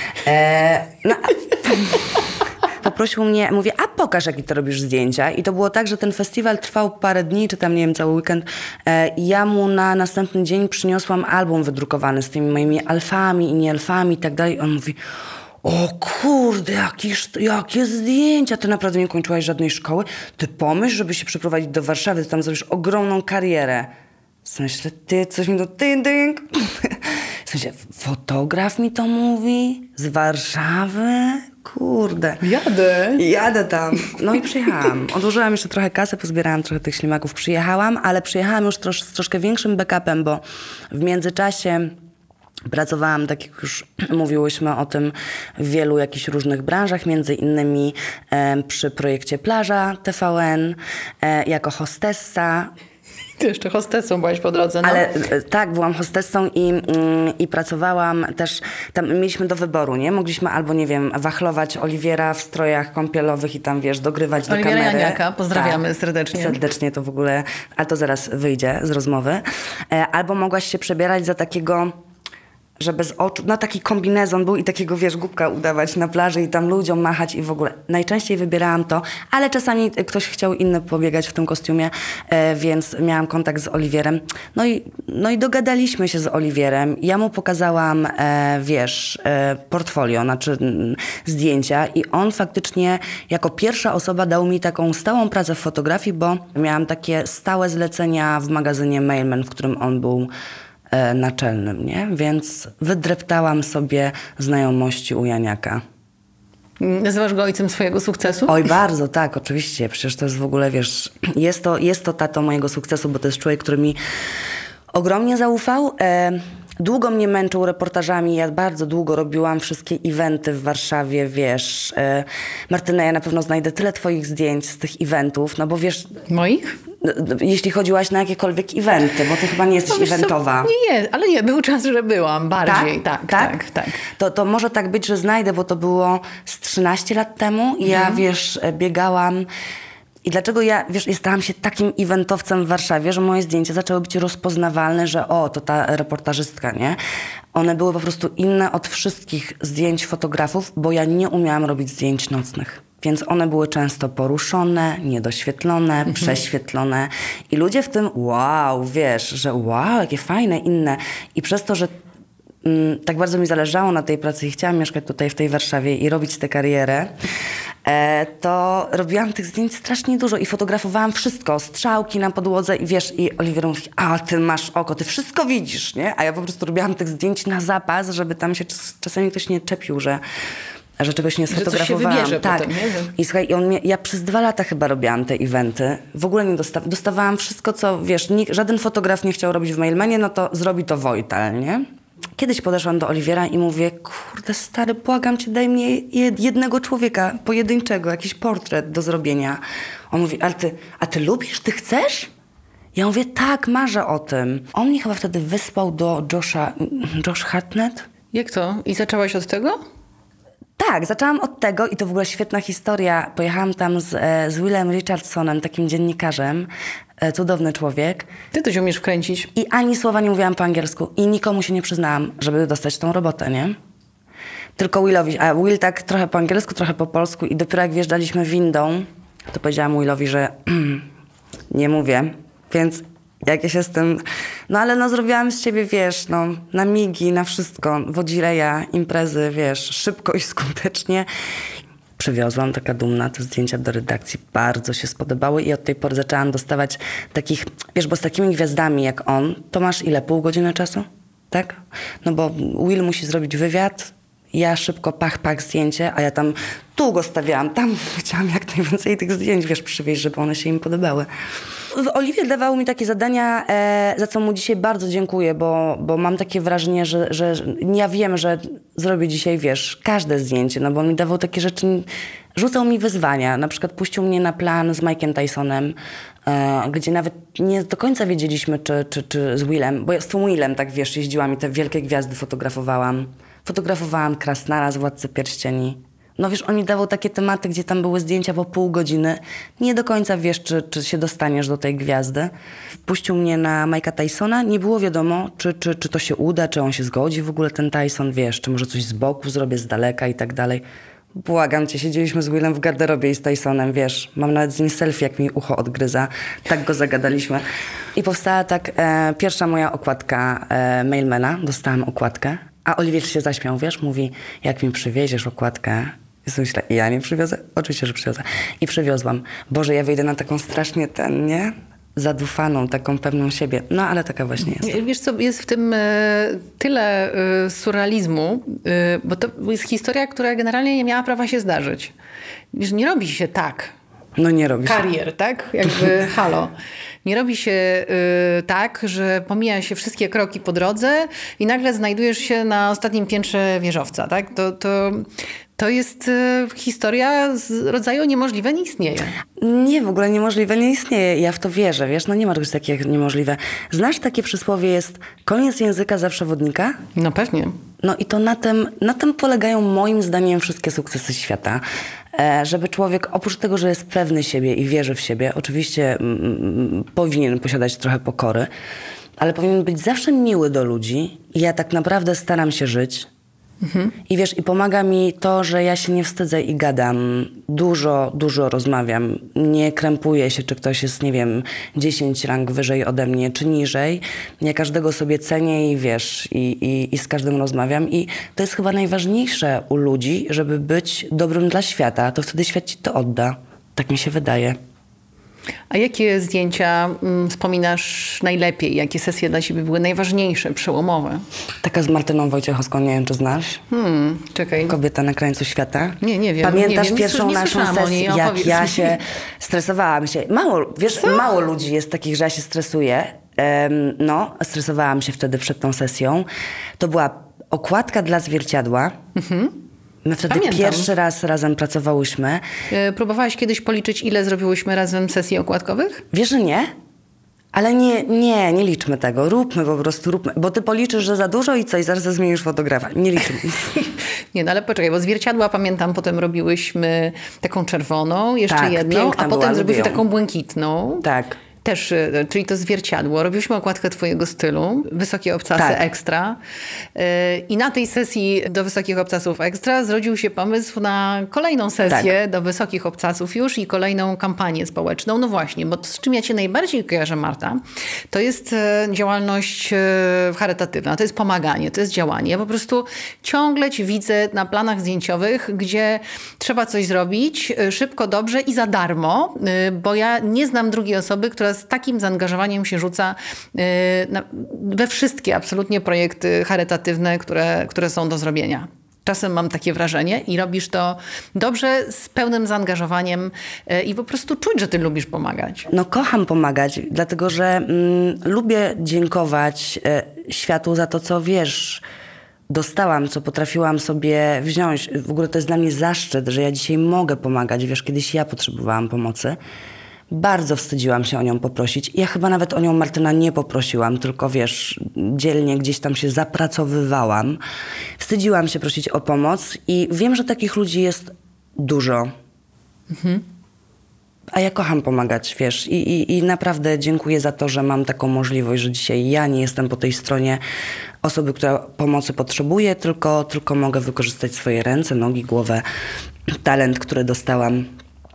Poprosił mnie, mówię, a pokaż, jakie ty robisz zdjęcia. I to było tak, że ten festiwal trwał parę dni, czy tam, nie wiem, cały weekend. I ja mu na następny dzień przyniosłam album wydrukowany z tymi moimi alfami i nie alfami i tak dalej. On mówi, o kurde, jakie zdjęcia. Ty naprawdę nie kończyłaś żadnej szkoły? Ty pomyśl, żeby się przeprowadzić do Warszawy, ty tam zrobisz ogromną karierę. W sensie, ty coś mi ding. W sensie, fotograf mi to mówi? Z Warszawy? Kurde. Jadę tam. No i przyjechałam. Odłożyłam jeszcze trochę kasy, pozbierałam trochę tych ślimaków. Przyjechałam, ale przyjechałam już z troszkę większym backupem, bo w międzyczasie pracowałam, tak jak już mówiłyśmy o tym, w wielu jakichś różnych branżach, między innymi przy projekcie Plaża TVN, jako hostessa. Ty jeszcze hostessą byłaś po drodze, no. Ale tak, byłam hostessą i pracowałam też, tam mieliśmy do wyboru, nie? Mogliśmy albo, nie wiem, wachlować Oliwiera w strojach kąpielowych i tam, wiesz, dogrywać do kamery. Oliwiera Janiaka, pozdrawiamy serdecznie. Serdecznie to w ogóle, ale to zaraz wyjdzie z rozmowy. Albo mogłaś się przebierać za takiego, że bez oczu, no taki kombinezon był i takiego, wiesz, głupka udawać na plaży i tam ludziom machać i w ogóle. Najczęściej wybierałam to, ale czasami ktoś chciał inny pobiegać w tym kostiumie, więc miałam kontakt z Oliwierem. No i dogadaliśmy się z Oliwierem. Ja mu pokazałam, wiesz, portfolio, znaczy zdjęcia i on faktycznie jako pierwsza osoba dał mi taką stałą pracę w fotografii, bo miałam takie stałe zlecenia w magazynie Mailman, w którym on był naczelnym, nie? Więc wydreptałam sobie znajomości u Janiaka. Nazywasz go ojcem swojego sukcesu? Oj, bardzo, tak, oczywiście. Przecież to jest w ogóle, wiesz, jest to tato mojego sukcesu, bo to jest człowiek, który mi ogromnie zaufał. Długo mnie męczył reportażami, ja bardzo długo robiłam wszystkie eventy w Warszawie, wiesz. Martyna, ja na pewno znajdę tyle twoich zdjęć z tych eventów, no bo wiesz... Moich? Jeśli chodziłaś na jakiekolwiek eventy, bo ty chyba nie jesteś eventowa. Nie, był czas, że byłam bardziej. Tak. To może tak być, że znajdę, bo to było z 13 lat temu i ja, wiesz, biegałam. I dlaczego ja stałam się takim eventowcem w Warszawie, że moje zdjęcia zaczęły być rozpoznawalne, że to ta reportażystka, nie? One były po prostu inne od wszystkich zdjęć fotografów, bo ja nie umiałam robić zdjęć nocnych. Więc one były często poruszone, niedoświetlone, prześwietlone. I ludzie w tym, wow, wiesz, że wow, jakie fajne, inne. I przez to, że tak bardzo mi zależało na tej pracy i chciałam mieszkać tutaj w tej Warszawie i robić tę karierę, to robiłam tych zdjęć strasznie dużo i fotografowałam wszystko, strzałki na podłodze i wiesz, i Oliwier mówi, a ty masz oko, ty wszystko widzisz, nie? A ja po prostu robiłam tych zdjęć na zapas, żeby tam się czasami ktoś nie czepił, że czegoś nie sfotografowałam. Że to się wybierze tak. potem, nie? I słuchaj, ja przez 2 lata chyba robiłam te eventy. W ogóle nie dostawałam wszystko, co, wiesz, żaden fotograf nie chciał robić w Mailmanie, no to zrobi to Wojtal, nie? Kiedyś podeszłam do Oliwiera i mówię, kurde stary, błagam cię, daj mnie jednego człowieka, pojedynczego, jakiś portret do zrobienia. On mówi, a ty lubisz, ty chcesz? Ja mówię, tak, marzę o tym. On mnie chyba wtedy wyspał do Josh Hartnett. Jak to? I zaczęłaś od tego? Tak, zaczęłam od tego i to w ogóle świetna historia. Pojechałam tam z Willem Richardsonem, takim dziennikarzem. Cudowny człowiek. Ty to się umiesz wkręcić. I ani słowa nie mówiłam po angielsku. I nikomu się nie przyznałam, żeby dostać tą robotę, nie? Tylko Willowi. A Will tak trochę po angielsku, trochę po polsku. I dopiero jak wjeżdżaliśmy windą, to powiedziałam Willowi, że nie mówię. Więc jak ja się z tym... No ale no zrobiłam z ciebie, wiesz, no na migi, na wszystko. Wodzireja, imprezy, wiesz, szybko i skutecznie. Przywiozłam, taka dumna, te zdjęcia do redakcji. Bardzo się spodobały i od tej pory zaczęłam dostawać takich... Wiesz, bo z takimi gwiazdami jak on, to masz ile? Pół godziny czasu? Tak? No bo Will musi zrobić wywiad, ja szybko pach zdjęcie, a ja tam tu go stawiałam, tam chciałam jak najwięcej tych zdjęć, wiesz, przywieźć, żeby one się im podobały. Oliwier dawał mi takie zadania, za co mu dzisiaj bardzo dziękuję, bo mam takie wrażenie, że ja wiem, że zrobię dzisiaj, wiesz, każde zdjęcie, no bo on mi dawał takie rzeczy, rzucał mi wyzwania. Na przykład puścił mnie na plan z Mike'em Tysonem, gdzie nawet nie do końca wiedzieliśmy, czy z Willem, bo ja z tym Willem, tak wiesz, jeździłam i te wielkie gwiazdy fotografowałam. Fotografowałam Krasnala z Władcy Pierścieni. No wiesz, on mi dawał takie tematy, gdzie tam były zdjęcia po pół godziny. Nie do końca wiesz, czy się dostaniesz do tej gwiazdy. Wpuścił mnie na Mike'a Tysona. Nie było wiadomo, czy to się uda, czy on się zgodzi w ogóle, ten Tyson, wiesz, czy może coś z boku zrobię, z daleka i tak dalej. Błagam cię, siedzieliśmy z Willem w garderobie i z Tysonem, wiesz. Mam nawet z nim selfie, jak mi ucho odgryza. Tak go zagadaliśmy. I powstała tak pierwsza moja okładka Mailmana. Dostałam okładkę. A Oliwier się zaśmiał, wiesz, mówi, jak mi przywieziesz okładkę. Ja sobie myślę, ja nie przywiozę? Oczywiście, że przywiozę. I przywiozłam. Boże, ja wyjdę na taką strasznie nie? Zadufaną, taką pewną siebie. No, ale taka właśnie jest. Wiesz co, jest w tym tyle surrealizmu, bo to jest historia, która generalnie nie miała prawa się zdarzyć. Wiesz, nie robi się tak. No nie robi się. Karier, tak? Jakby halo. Nie robi się tak, że pomija się wszystkie kroki po drodze i nagle znajdujesz się na ostatnim piętrze wieżowca, tak? To jest historia z rodzaju niemożliwe nie istnieje. Nie, w ogóle niemożliwe nie istnieje. Ja w to wierzę, wiesz? No nie ma czegoś takiego jak niemożliwe. Znasz takie przysłowie jest koniec języka zawsze wodnika? No pewnie. No i to na tym polegają moim zdaniem wszystkie sukcesy świata. Żeby człowiek, oprócz tego, że jest pewny siebie i wierzy w siebie, oczywiście powinien posiadać trochę pokory, ale powinien być zawsze miły do ludzi. I ja tak naprawdę staram się żyć. I wiesz, i pomaga mi to, że ja się nie wstydzę i gadam. Dużo rozmawiam. Nie krępuję się, czy ktoś jest, nie wiem, 10 rang wyżej ode mnie, czy niżej. Ja każdego sobie cenię i wiesz, i z każdym rozmawiam. I to jest chyba najważniejsze u ludzi, żeby być dobrym dla świata. To wtedy świat ci to odda. Tak mi się wydaje. A jakie zdjęcia wspominasz najlepiej? Jakie sesje dla ciebie były najważniejsze, przełomowe? Taka z Martyną Wojciechowską, nie wiem, czy znasz? Czekaj. Kobieta na krańcu świata. Nie wiem. Pamiętasz nie wiem. pierwszą nie naszą sesję, jak ja się stresowałam się. Mało ludzi jest takich, że ja się stresuję. Stresowałam się wtedy przed tą sesją. To była okładka dla zwierciadła. My wtedy pierwszy raz razem pracowałyśmy. Próbowałaś kiedyś policzyć, ile zrobiłyśmy razem sesji okładkowych? Wiesz, że nie? Ale nie liczmy tego. Róbmy po prostu, bo ty policzysz, że za dużo i co? I zaraz zmienisz fotografa. Nie liczmy. Nie, no ale poczekaj, bo zwierciadła, pamiętam, potem robiłyśmy taką czerwoną, jeszcze jedną, a potem zrobiliśmy taką błękitną. Tak. Też, czyli to zwierciadło. Robiliśmy okładkę twojego stylu, Wysokie Obcasy Ekstra. I na tej sesji do Wysokich Obcasów Ekstra zrodził się pomysł na kolejną sesję do Wysokich Obcasów już i kolejną kampanię społeczną. No właśnie, bo z czym ja cię najbardziej kojarzę, Marta, to jest działalność charytatywna, to jest pomaganie, to jest działanie. Ja po prostu ciągle ci widzę na planach zdjęciowych, gdzie trzeba coś zrobić szybko, dobrze i za darmo, bo ja nie znam drugiej osoby, która z takim zaangażowaniem się rzuca we wszystkie absolutnie projekty charytatywne, które są do zrobienia. Czasem mam takie wrażenie i robisz to dobrze, z pełnym zaangażowaniem i po prostu czuć, że ty lubisz pomagać. No kocham pomagać, dlatego że lubię dziękować światu za to, co wiesz, dostałam, co potrafiłam sobie wziąć. W ogóle to jest dla mnie zaszczyt, że ja dzisiaj mogę pomagać. Wiesz, kiedyś ja potrzebowałam pomocy. Bardzo wstydziłam się o nią poprosić. Ja chyba nawet o nią Martyna nie poprosiłam, tylko wiesz, dzielnie gdzieś tam się zapracowywałam. Wstydziłam się prosić o pomoc i wiem, że takich ludzi jest dużo. A ja kocham pomagać, wiesz, i naprawdę dziękuję za to, że mam taką możliwość, że dzisiaj ja nie jestem po tej stronie osoby, która pomocy potrzebuje, tylko mogę wykorzystać swoje ręce, nogi, głowę, talent, który dostałam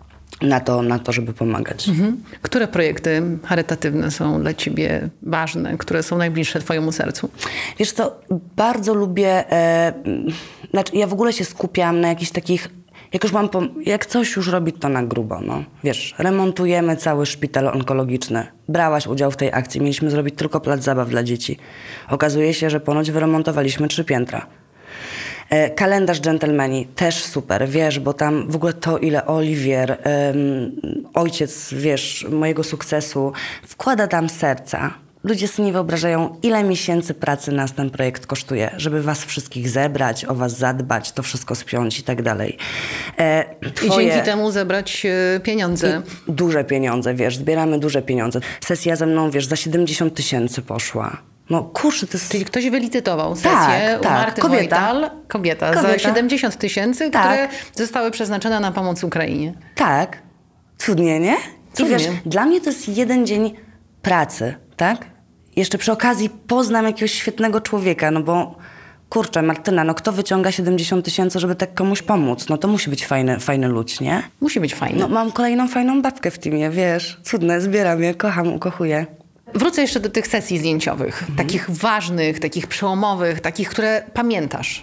na to, żeby pomagać. Które projekty charytatywne są dla ciebie ważne, które są najbliższe twojemu sercu? Wiesz co, bardzo lubię, znaczy ja w ogóle się skupiam na jakichś takich, jak coś już robić, to na grubo, no. Wiesz, remontujemy cały szpital onkologiczny. Brałaś udział w tej akcji, mieliśmy zrobić tylko plac zabaw dla dzieci. Okazuje się, że ponoć wyremontowaliśmy 3 piętra. Kalendarz Gentlemani, też super, wiesz, bo tam w ogóle to, ile Oliwier, ojciec, wiesz, mojego sukcesu, wkłada tam serca. Ludzie sobie nie wyobrażają, ile miesięcy pracy nas ten projekt kosztuje, żeby was wszystkich zebrać, o was zadbać, to wszystko spiąć i tak dalej. I dzięki temu zebrać pieniądze. Duże pieniądze, wiesz, zbieramy duże pieniądze. Sesja ze mną, wiesz, za 70 000 poszła. No kurczę, to jest... Czyli ktoś wylicytował sesję u Marty kobieta za 70 000, które zostały przeznaczone na pomoc Ukrainie. Tak. Cudnie, nie? Cudnie. I wiesz, dla mnie to jest jeden dzień pracy, tak? Jeszcze przy okazji poznam jakiegoś świetnego człowieka, no bo kurczę, Martyna, no kto wyciąga 70 000, żeby tak komuś pomóc? No to musi być fajny ludź, nie? Musi być fajny. No mam kolejną fajną babkę w teamie, wiesz. Cudne, zbieram je, kocham, ukochuję. Wrócę jeszcze do tych sesji zdjęciowych. Takich ważnych, takich przełomowych, takich, które pamiętasz.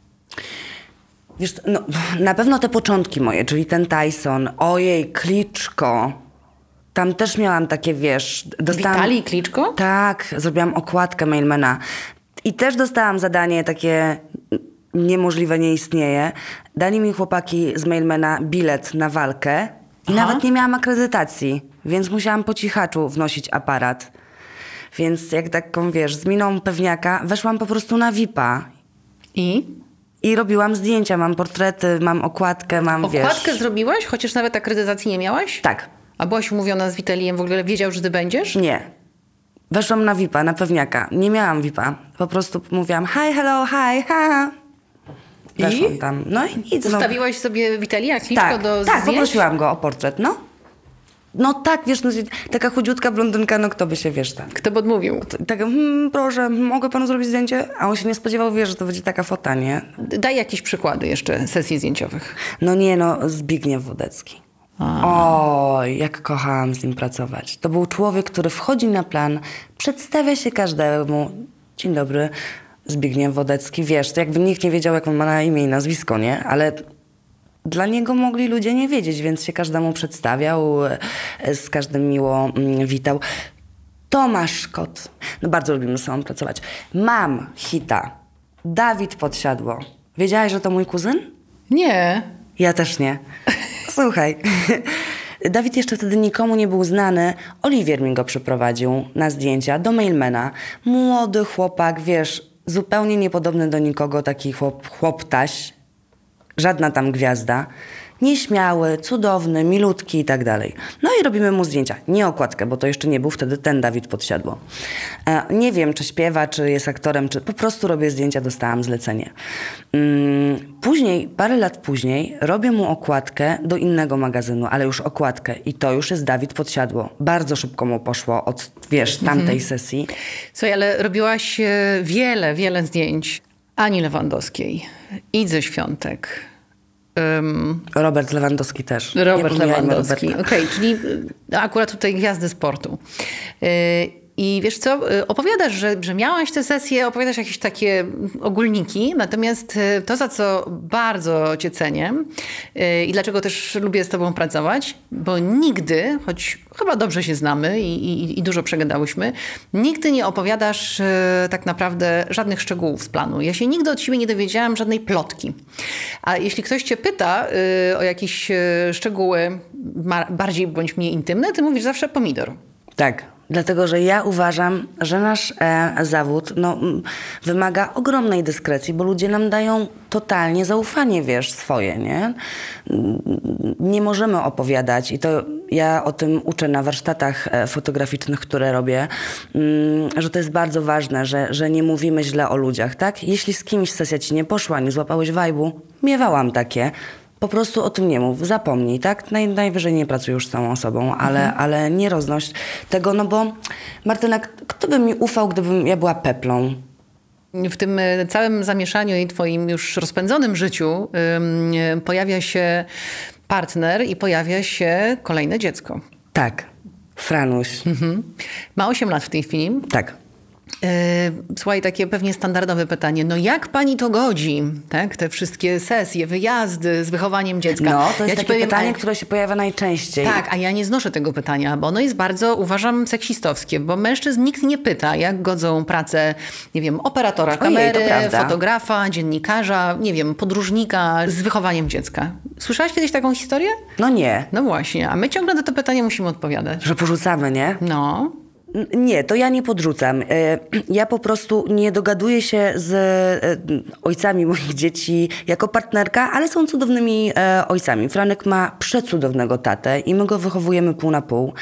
Wiesz, no na pewno te początki moje, czyli ten Tyson, ojej, Kliczko. Tam też miałam takie, wiesz... Witalij Kliczko? Tak, zrobiłam okładkę Mailmana. I też dostałam zadanie takie niemożliwe, nie istnieje. Dali mi chłopaki z Mailmana bilet na walkę i nawet nie miałam akredytacji, więc musiałam po cichaczu wnosić aparat. Więc jak taką, wiesz, z miną pewniaka weszłam po prostu na VIP-a. I robiłam zdjęcia, mam portrety, mam okładkę, Okładkę zrobiłaś, chociaż nawet akredytacji nie miałaś? Tak. A byłaś umówiona z Witalijem, w ogóle wiedział, że ty będziesz? Nie. Weszłam na VIP-a, na pewniaka. Nie miałam VIP-a. Po prostu mówiłam hi, hello, hi, ha. Weszłam tam. No i nic. Zostawiłaś sobie Witalija Kliczko do zdjęć? Tak, poprosiłam go o portret, no. No tak, wiesz, no, taka chudziutka blondynka, no kto by się, wiesz, tak. Kto by odmówił? Tak, proszę, mogę panu zrobić zdjęcie? A on się nie spodziewał, wiesz, że to będzie taka fota, nie? Daj jakieś przykłady jeszcze sesji zdjęciowych. No nie, no Zbigniew Wodecki. Oj, jak kochałam z nim pracować. To był człowiek, który wchodzi na plan, przedstawia się każdemu. Dzień dobry, Zbigniew Wodecki. Wiesz, to jakby nikt nie wiedział, jak on ma na imię i nazwisko, nie? Ale dla niego mogli ludzie nie wiedzieć, więc się każdemu przedstawiał, z każdym miło witał. Tomasz Szkot. No bardzo lubimy z sobą pracować. Mam hita. Dawid Podsiadło. Wiedziałaś, że to mój kuzyn? Nie. Ja też nie. Słuchaj, Dawid jeszcze wtedy nikomu nie był znany. Oliwier mi go przyprowadził na zdjęcia do Mailmana. Młody chłopak, wiesz, zupełnie niepodobny do nikogo, taki chłoptaś. Żadna tam gwiazda. Nieśmiały, cudowny, milutki i tak dalej. No i robimy mu zdjęcia. Nie okładkę, bo to jeszcze nie był wtedy ten Dawid Podsiadło. Nie wiem, czy śpiewa, czy jest aktorem, czy po prostu robię zdjęcia, dostałam zlecenie. Później, parę lat później, robię mu okładkę do innego magazynu, ale już okładkę. I to już jest Dawid Podsiadło. Bardzo szybko mu poszło od, wiesz, tamtej sesji. Słuchaj, ale robiłaś wiele zdjęć Ani Lewandowskiej, Idzy Świątek. Robert Lewandowski też. Robert Lewandowski. Okej, czyli akurat tutaj gwiazdy sportu. I wiesz co, opowiadasz, że miałaś tę sesję, opowiadasz jakieś takie ogólniki, natomiast to, za co bardzo cię cenię i dlaczego też lubię z tobą pracować, bo nigdy, choć chyba dobrze się znamy i dużo przegadałyśmy, nigdy nie opowiadasz tak naprawdę żadnych szczegółów z planu. Ja się nigdy od ciebie nie dowiedziałam żadnej plotki. A jeśli ktoś cię pyta o jakieś szczegóły bardziej bądź mniej intymne, ty mówisz zawsze pomidor. Tak. Dlatego, że ja uważam, że nasz zawód wymaga ogromnej dyskrecji, bo ludzie nam dają totalnie zaufanie, wiesz, swoje, nie? Nie możemy opowiadać i to ja o tym uczę na warsztatach fotograficznych, które robię, że to jest bardzo ważne, że nie mówimy źle o ludziach, tak? Jeśli z kimś sesja ci nie poszła, nie złapałeś vibe'u, miewałam takie. Po prostu o tym nie mów, zapomnij, tak? Najwyżej nie pracuj już z tą osobą, ale nie roznoś tego, no bo Martyna, kto by mi ufał, gdybym ja była peplą? W tym całym zamieszaniu i twoim już rozpędzonym życiu pojawia się partner i pojawia się kolejne dziecko. Tak, Franuś. Ma 8 lat w tej chwili. Tak. Słuchaj, takie pewnie standardowe pytanie. No jak pani to godzi? Tak? Te wszystkie sesje, wyjazdy z wychowaniem dziecka. No, to jest ja takie pytanie, które się pojawia najczęściej. Tak, a ja nie znoszę tego pytania, bo ono jest bardzo, uważam, seksistowskie, bo mężczyzn nikt nie pyta, jak godzą pracę, nie wiem, operatora kamery, fotografa, dziennikarza, nie wiem, podróżnika z wychowaniem dziecka. Słyszałaś kiedyś taką historię? No nie. No właśnie, a my ciągle na to pytanie musimy odpowiadać. Że porzucamy, nie? No. Nie, to ja nie podrzucam. Ja po prostu nie dogaduję się z ojcami moich dzieci jako partnerka, ale są cudownymi ojcami. Franek ma przecudownego tatę i my go wychowujemy pół na pół.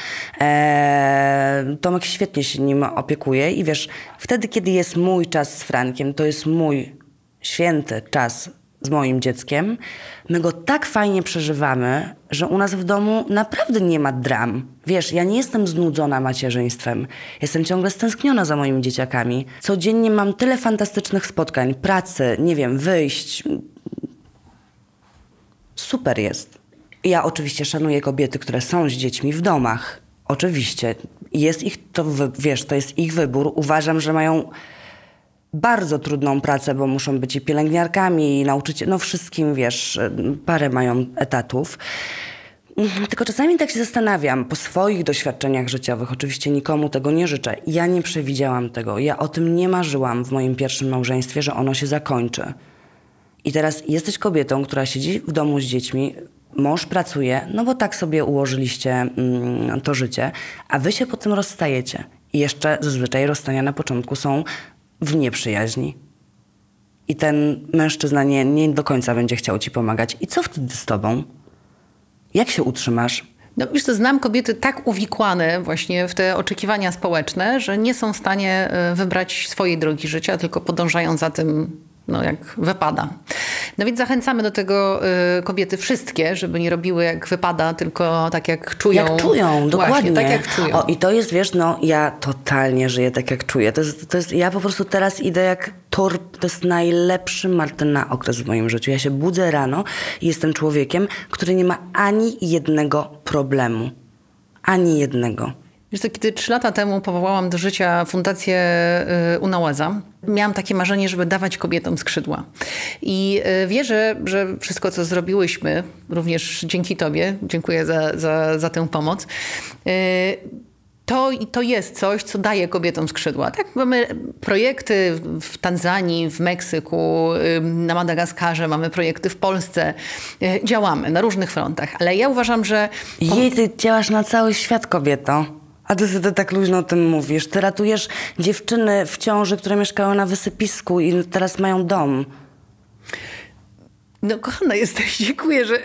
Tomek świetnie się nim opiekuje i wiesz, wtedy, kiedy jest mój czas z Frankiem, to jest mój święty czas z moim dzieckiem. My go tak fajnie przeżywamy, że u nas w domu naprawdę nie ma dram. Wiesz, ja nie jestem znudzona macierzyństwem. Jestem ciągle stęskniona za moimi dzieciakami. Codziennie mam tyle fantastycznych spotkań, pracy, nie wiem, wyjść. Super jest. Ja oczywiście szanuję kobiety, które są z dziećmi w domach. Oczywiście. Jest ich, to wiesz, to jest ich wybór. Uważam, że mają bardzo trudną pracę, bo muszą być i pielęgniarkami, i nauczycielami, no wszystkim, wiesz, parę mają etatów. Tylko czasami tak się zastanawiam, po swoich doświadczeniach życiowych, oczywiście nikomu tego nie życzę, ja nie przewidziałam tego, ja o tym nie marzyłam w moim pierwszym małżeństwie, że ono się zakończy. I teraz jesteś kobietą, która siedzi w domu z dziećmi, mąż pracuje, no bo tak sobie ułożyliście to życie, a wy się potem rozstajecie. I jeszcze zazwyczaj rozstania na początku są w nieprzyjaźni. I ten mężczyzna nie do końca będzie chciał ci pomagać. I co wtedy z tobą? Jak się utrzymasz? No wiesz co, znam kobiety tak uwikłane właśnie w te oczekiwania społeczne, że nie są w stanie wybrać swojej drogi życia, tylko podążają za tym, no jak wypada. No więc zachęcamy do tego kobiety wszystkie, żeby nie robiły jak wypada, tylko tak jak czują. Jak czują, dokładnie. Właśnie, tak jak czują. O, i to jest, wiesz, no ja totalnie żyję tak jak czuję. To jest, ja po prostu teraz idę jak torb, to jest najlepszy Martyna okres w moim życiu. Ja się budzę rano i jestem człowiekiem, który nie ma ani jednego problemu. Ani jednego. Wiesz co, kiedy 3 lata temu powołałam do życia Fundację Unałeza, miałam takie marzenie, żeby dawać kobietom skrzydła. I wierzę, że wszystko, co zrobiłyśmy, również dzięki tobie, dziękuję za tę pomoc, to jest coś, co daje kobietom skrzydła. Tak, mamy projekty w Tanzanii, w Meksyku, na Madagaskarze, mamy projekty w Polsce. Działamy na różnych frontach, ale ja uważam, że... Ty działasz na cały świat, kobieto. A ty sobie tak luźno o tym mówisz. Ty ratujesz dziewczyny w ciąży, które mieszkały na wysypisku i teraz mają dom. No kochana jesteś, dziękuję, że...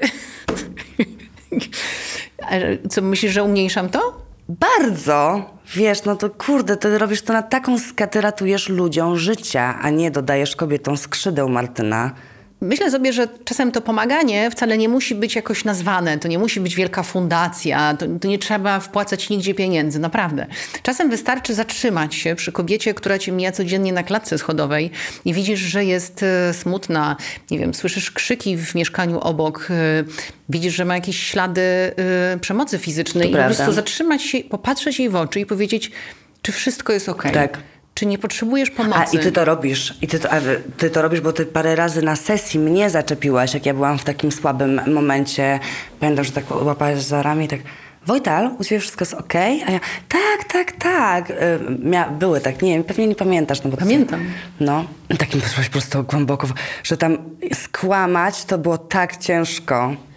Co, myślisz, że umniejszam to? Bardzo. Wiesz, no to kurde, ty robisz to na taką skalę, ty ratujesz ludziom życia, a nie dodajesz kobietom skrzydeł, Martyna. Myślę sobie, że czasem to pomaganie wcale nie musi być jakoś nazwane, to nie musi być wielka fundacja, to nie trzeba wpłacać nigdzie pieniędzy, naprawdę. Czasem wystarczy zatrzymać się przy kobiecie, która cię mija codziennie na klatce schodowej i widzisz, że jest smutna, nie wiem, słyszysz krzyki w mieszkaniu obok, widzisz, że ma jakieś ślady przemocy fizycznej i po prostu zatrzymać się, popatrzeć jej w oczy i powiedzieć, czy wszystko jest okej. Tak. Czy nie potrzebujesz pomocy? A i ty to robisz. Ty to robisz, bo ty parę razy na sesji mnie zaczepiłaś, jak ja byłam w takim słabym momencie. Pamiętam, że tak łapałaś za ramię i tak... Wojtal, u ciebie wszystko jest okej? A ja, tak. Były tak, nie wiem, pewnie nie pamiętasz. No bo Pamiętam. No, takim posłaś po prostu głęboko, że tam skłamać to było tak ciężko.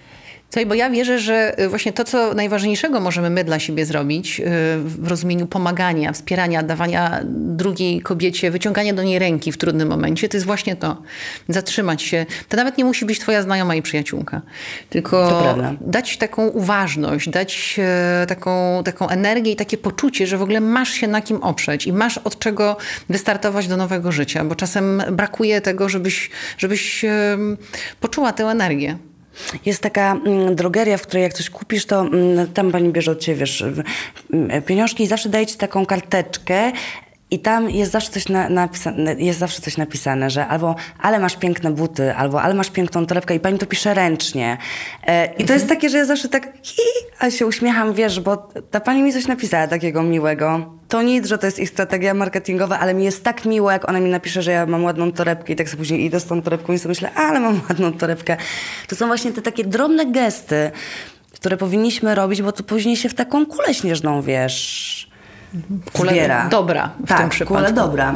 Słuchaj, bo ja wierzę, że właśnie to, co najważniejszego możemy my dla siebie zrobić w rozumieniu pomagania, wspierania, dawania drugiej kobiecie, wyciągania do niej ręki w trudnym momencie, to jest właśnie to. Zatrzymać się. To nawet nie musi być twoja znajoma i przyjaciółka. Tylko dać taką uważność, dać taką energię i takie poczucie, że w ogóle masz się na kim oprzeć i masz od czego wystartować do nowego życia, bo czasem brakuje tego, żebyś poczuła tę energię. Jest taka drogeria, w której jak coś kupisz, to tam pani bierze od ciebie, wiesz, pieniążki i zawsze daje ci taką karteczkę i tam jest zawsze coś napisane, że albo ale masz piękne buty, albo ale masz piękną torebkę i pani to pisze ręcznie. I to jest takie, że ja zawsze tak a się uśmiecham, wiesz, bo ta pani mi coś napisała takiego miłego. To nic, że to jest ich strategia marketingowa, ale mi jest tak miło, jak ona mi napisze, że ja mam ładną torebkę i tak sobie później idę z tą torebką i sobie myślę, ale mam ładną torebkę. To są właśnie te takie drobne gesty, które powinniśmy robić, bo to później się w taką kulę śnieżną, wiesz, Kule dobra w tym przypadku. Kule dobra.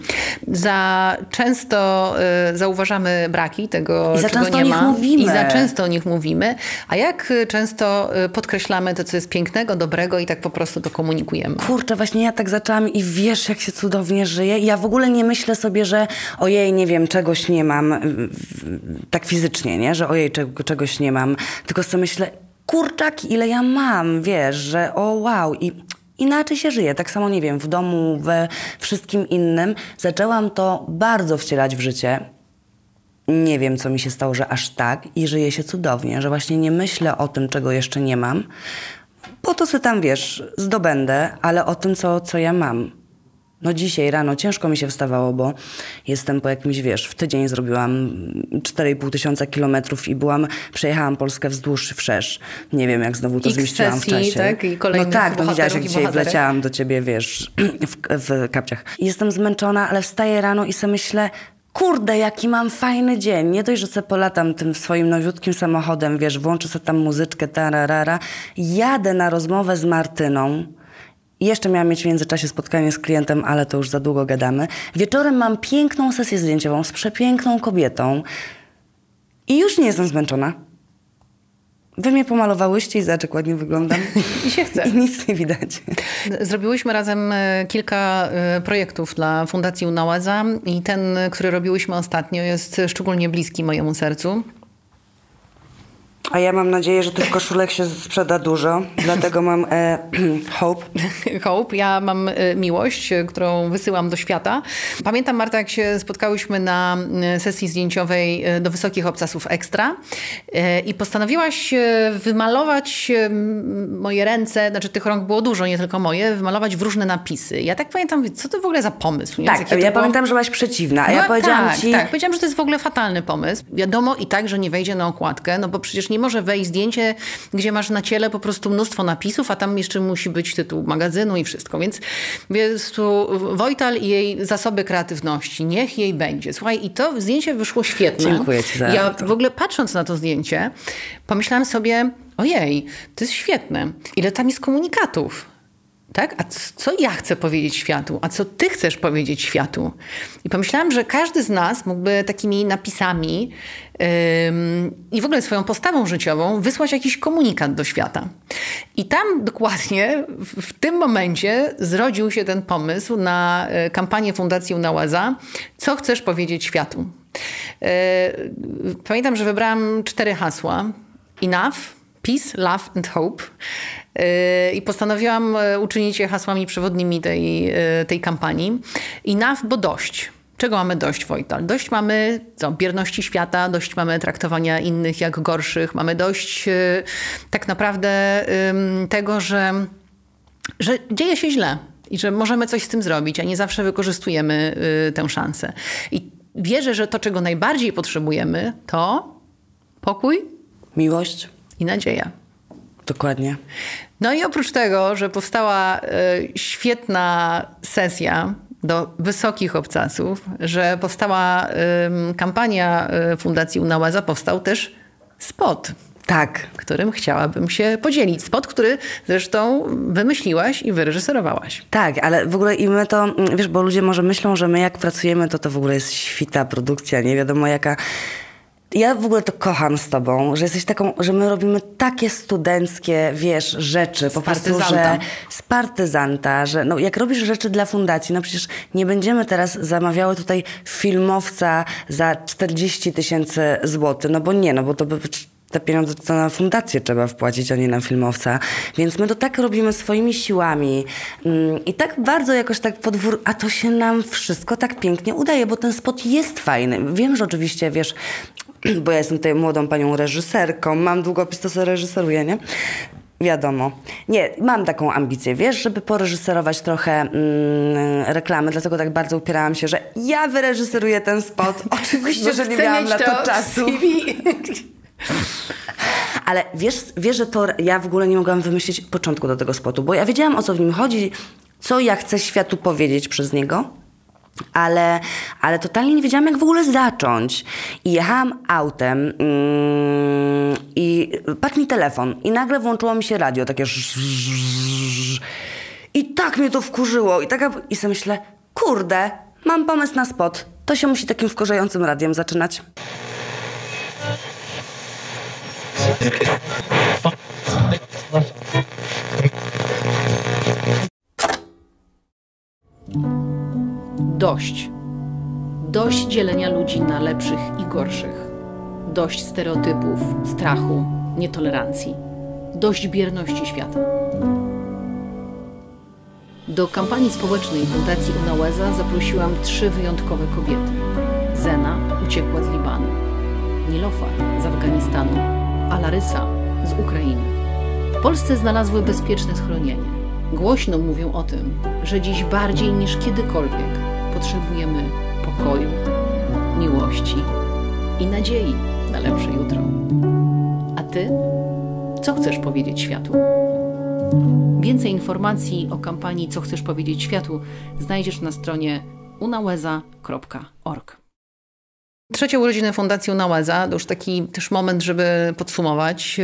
Za często zauważamy braki tego, I za czego często nie o nich ma. mówimy. I za często o nich mówimy. A jak często podkreślamy to, co jest pięknego, dobrego i tak po prostu to komunikujemy. Kurczę, właśnie ja tak zaczęłam i wiesz, jak się cudownie żyje. I ja w ogóle nie myślę sobie, że ojej, nie wiem, czegoś nie mam. Tak fizycznie, nie? Że ojej, czegoś nie mam. Tylko sobie myślę, kurczaki, ile ja mam, wiesz, że o wow. I inaczej się żyje. Tak samo, nie wiem, w domu, we wszystkim innym. Zaczęłam to bardzo wcielać w życie. Nie wiem, co mi się stało, że aż tak i żyje się cudownie, że właśnie nie myślę o tym, czego jeszcze nie mam, bo to sobie tam, wiesz, zdobędę, ale o tym, co ja mam. No dzisiaj rano ciężko mi się wstawało, bo jestem po jakimś, wiesz, w tydzień zrobiłam 4500 kilometrów i przejechałam Polskę wzdłuż i wszerz. Nie wiem, jak znowu to zmieściłam w czasie. Tak? I no tak, no widziałaś, jak dzisiaj wleciałam do ciebie, wiesz, w kapciach. I jestem zmęczona, ale wstaję rano i sobie myślę, kurde, jaki mam fajny dzień. Nie dość, że sobie polatam tym swoim nowiutkim samochodem, wiesz, włączę sobie tam muzyczkę, tararara. Jadę na rozmowę z Martyną. Jeszcze miałam mieć w międzyczasie spotkanie z klientem, ale to już za długo gadamy. Wieczorem mam piękną sesję zdjęciową z przepiękną kobietą i już nie jestem zmęczona. Wy mnie pomalowałyście i zobacz, jak ładnie wyglądam. I się chce. I nic nie widać. Zrobiłyśmy razem kilka projektów dla Fundacji Unałaza i ten, który robiłyśmy ostatnio, jest szczególnie bliski mojemu sercu. A ja mam nadzieję, że tych koszulek się sprzeda dużo, dlatego mam hope. Hope. Ja mam miłość, którą wysyłam do świata. Pamiętam, Marta, jak się spotkałyśmy na sesji zdjęciowej do Wysokich Obcasów Ekstra i postanowiłaś wymalować moje ręce, znaczy tych rąk było dużo, nie tylko moje, wymalować w różne napisy. Ja tak pamiętam, co to w ogóle za pomysł? Nie? Tak, ja pamiętam, że byłaś przeciwna, a ja powiedziałam ci... Tak, powiedziałam, że to jest w ogóle fatalny pomysł. Wiadomo i tak, że nie wejdzie na okładkę, no bo przecież nie może wejść zdjęcie, gdzie masz na ciele po prostu mnóstwo napisów, a tam jeszcze musi być tytuł magazynu i wszystko. Więc tu Wojtal i jej zasoby kreatywności, niech jej będzie. Słuchaj, i to zdjęcie wyszło świetne. Dziękuję ci za Ja to. w ogóle patrząc na to zdjęcie, pomyślałam sobie, ojej, to jest świetne. Ile tam jest komunikatów. Tak? A co ja chcę powiedzieć światu? A co ty chcesz powiedzieć światu? I pomyślałam, że każdy z nas mógłby takimi napisami i w ogóle swoją postawą życiową wysłać jakiś komunikat do świata. I tam dokładnie w tym momencie zrodził się ten pomysł na kampanię Fundacji Unałaza. Co chcesz powiedzieć światu? Pamiętam, że wybrałam 4 hasła. Enough, Peace, Love and Hope. I postanowiłam uczynić je hasłami przewodnimi tej kampanii. Enough, bo dość. Czego mamy dość, Wojtal? Dość mamy bierności świata, dość mamy traktowania innych jak gorszych, mamy dość tak naprawdę tego, że dzieje się źle i że możemy coś z tym zrobić, a nie zawsze wykorzystujemy tę szansę. I wierzę, że to, czego najbardziej potrzebujemy, to pokój, miłość i nadzieja. Dokładnie. No i oprócz tego, że powstała świetna sesja do Wysokich Obcasów, że powstała kampania Fundacji Unałaza, powstał też spot. Tak. Którym chciałabym się podzielić. Spot, który zresztą wymyśliłaś i wyreżyserowałaś. Tak, ale w ogóle i my to, wiesz, bo ludzie może myślą, że my jak pracujemy, to w ogóle jest świta produkcja, nie wiadomo jaka. Ja w ogóle to kocham z tobą, że jesteś taką, że my robimy takie studenckie, wiesz, rzeczy. Po prostu, że z partyzanta, że no, jak robisz rzeczy dla fundacji, no przecież nie będziemy teraz zamawiały tutaj filmowca za 40 000 złotych, no bo nie, no bo to by... Te pieniądze to na fundację trzeba wpłacić, a nie na filmowca. Więc my to tak robimy swoimi siłami. I tak bardzo jakoś tak a to się nam wszystko tak pięknie udaje, bo ten spot jest fajny. Wiem, że oczywiście, wiesz, bo ja jestem tutaj młodą panią reżyserką, mam długopis, to sobie reżyseruję, nie? Wiadomo. Nie, mam taką ambicję, wiesz, żeby poreżyserować trochę reklamy, dlatego tak bardzo upierałam się, że ja wyreżyseruję ten spot. Oczywiście, że nie miałam na to czasu. Ale wiesz, że to ja w ogóle nie mogłam wymyślić początku do tego spotu, bo ja wiedziałam, o co w nim chodzi, co ja chcę światu powiedzieć przez niego, ale totalnie nie wiedziałam, jak w ogóle zacząć. I jechałam autem i padł mi telefon i nagle włączyło mi się radio, takie i tak mnie to wkurzyło. I sobie myślę, kurde, mam pomysł na spot. To się musi takim wkurzającym radiem zaczynać. Dość. Dość dzielenia ludzi na lepszych i gorszych. Dość stereotypów, strachu, nietolerancji. Dość bierności świata. Do kampanii społecznej Fundacji Unaweza zaprosiłam 3 wyjątkowe kobiety. Zena uciekła z Libanu, Nilofar z Afganistanu, a Larysa z Ukrainy. W Polsce znalazły bezpieczne schronienie. Głośno mówią o tym, że dziś bardziej niż kiedykolwiek potrzebujemy pokoju, miłości i nadziei na lepsze jutro. A ty? Co chcesz powiedzieć światu? Więcej informacji o kampanii Co chcesz powiedzieć światu znajdziesz na stronie unaweza.org. 3. urodziny Fundacji Unaweza, to już taki też moment, żeby podsumować.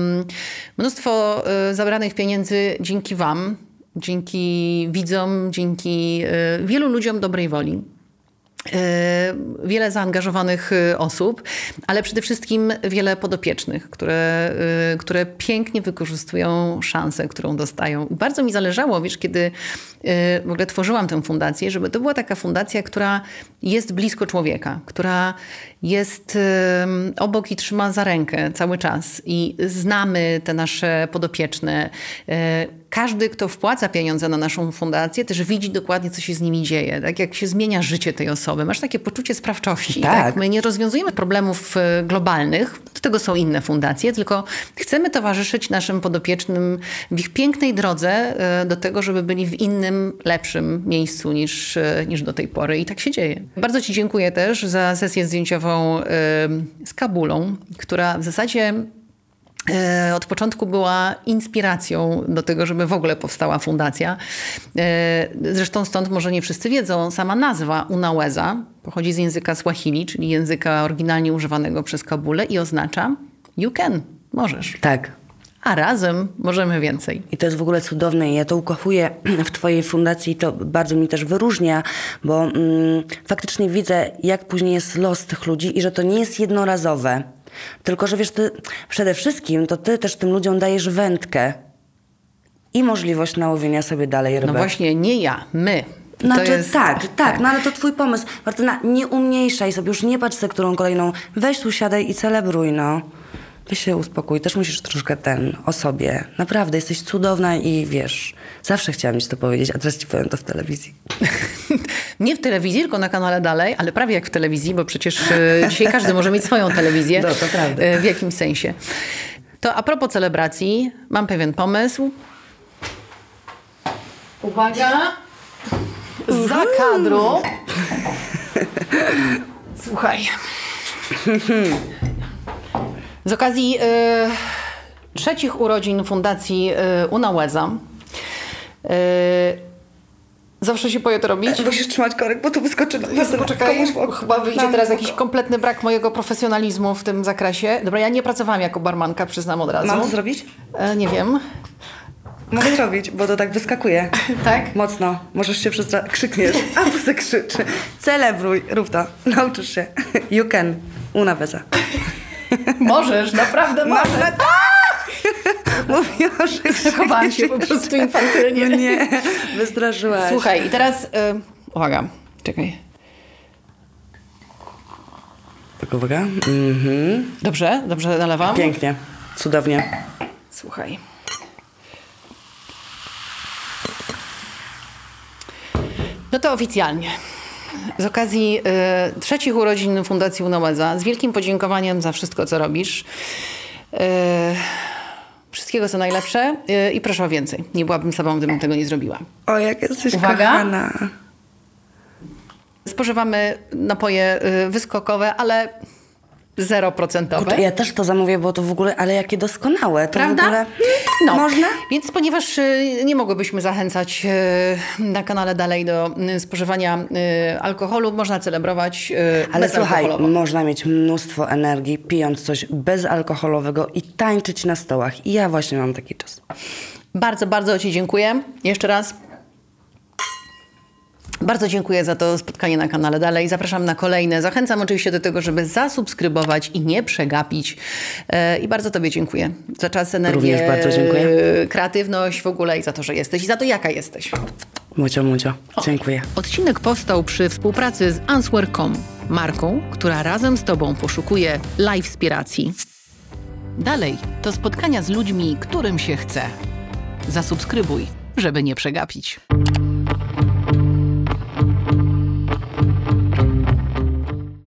Mnóstwo zabranych pieniędzy dzięki wam, dzięki widzom, dzięki wielu ludziom dobrej woli. Wiele zaangażowanych osób, ale przede wszystkim wiele podopiecznych, które pięknie wykorzystują szansę, którą dostają. I bardzo mi zależało, wiesz, kiedy w ogóle tworzyłam tę fundację, żeby to była taka fundacja, która jest blisko człowieka, która jest obok i trzyma za rękę cały czas. I znamy te nasze podopieczne. Każdy, kto wpłaca pieniądze na naszą fundację, też widzi dokładnie, co się z nimi dzieje. Tak? Jak się zmienia życie tej osoby. Masz takie poczucie sprawczości. Tak? My nie rozwiązujemy problemów globalnych. Do tego są inne fundacje. Tylko chcemy towarzyszyć naszym podopiecznym w ich pięknej drodze do tego, żeby byli w innym, lepszym miejscu niż do tej pory. I tak się dzieje. Bardzo ci dziękuję też za sesję zdjęciową z Kabulą, która w zasadzie od początku była inspiracją do tego, żeby w ogóle powstała fundacja. Zresztą stąd może nie wszyscy wiedzą, sama nazwa Unaweza pochodzi z języka Swahili, czyli języka oryginalnie używanego przez Kabulę i oznacza you can, możesz. Tak. A razem możemy więcej. I to jest w ogóle cudowne i ja to ukochuję w twojej fundacji i to bardzo mi też wyróżnia, bo faktycznie widzę, jak później jest los tych ludzi i że to nie jest jednorazowe. Tylko, że wiesz, ty przede wszystkim to ty też tym ludziom dajesz wędkę i możliwość nałowienia sobie dalej ryby. No właśnie, nie ja, my. Znaczy, jest... tak, no ale to twój pomysł. Martyna, nie umniejszaj sobie, już nie patrz se którą kolejną. Weź tu, siadaj i celebruj, no. Ty się uspokój, też musisz troszkę o sobie. Naprawdę, jesteś cudowna i wiesz, zawsze chciałam ci to powiedzieć, a teraz ci powiem to w telewizji. Nie w telewizji, tylko na kanale dalej, ale prawie jak w telewizji, bo przecież dzisiaj każdy może mieć swoją telewizję. No, to prawda. W jakimś sensie. To a propos celebracji, mam pewien pomysł. Uwaga! Za kadru. Słuchaj. Z okazji 3. urodzin Fundacji Unaweza zawsze się boję to robić. Musisz trzymać korek, bo tu wyskoczy. Poczekaj, chyba wyjdzie teraz jakiś kompletny brak mojego profesjonalizmu w tym zakresie. Dobra, ja nie pracowałam jako barmanka, przyznam od razu. Mam to zrobić? Nie wiem. Mogę zrobić, bo to tak wyskakuje. Tak? Mocno. Możesz się krzykniesz. A, bo se krzyczy. Celebruj, rób to. Nauczysz się. You can. Una vez. Możesz, naprawdę możesz. Mówiłam, że Zachowałam się po prostu infantylnie. Nie, wystraszyłaś. Słuchaj, i teraz... uwaga, czekaj. Tak, uwaga. Dobrze nalewam? Pięknie, cudownie. Słuchaj. No to oficjalnie. Z okazji 3. urodzin Fundacji Una Łeza, z wielkim podziękowaniem za wszystko, co robisz. Wszystkiego, co najlepsze i proszę o więcej. Nie byłabym sobą, gdybym tego nie zrobiła. O, jak jesteś Uwaga. kochana. Spożywamy napoje wyskokowe, ale 0%. Ja też to zamówię, bo to w ogóle, ale jakie doskonałe. To Prawda? w ogóle... No, Można? Więc ponieważ nie mogłybyśmy zachęcać na kanale dalej do spożywania alkoholu, można celebrować Ale słuchaj, bezalkoholowo. można mieć mnóstwo energii, pijąc coś bezalkoholowego i tańczyć na stołach. I ja właśnie mam taki czas. Bardzo, bardzo Ci dziękuję. Jeszcze raz. Bardzo dziękuję za to spotkanie na kanale dalej. Zapraszam na kolejne. Zachęcam oczywiście do tego, żeby zasubskrybować i nie przegapić. I bardzo Tobie dziękuję za czas, energię, Również bardzo dziękuję. Kreatywność w ogóle i za to, że jesteś i za to, jaka jesteś. Mucio. Dziękuję. Odcinek powstał przy współpracy z Answer.com, marką, która razem z Tobą poszukuje live'spiracji. Dalej to spotkania z ludźmi, którym się chce. Zasubskrybuj, żeby nie przegapić.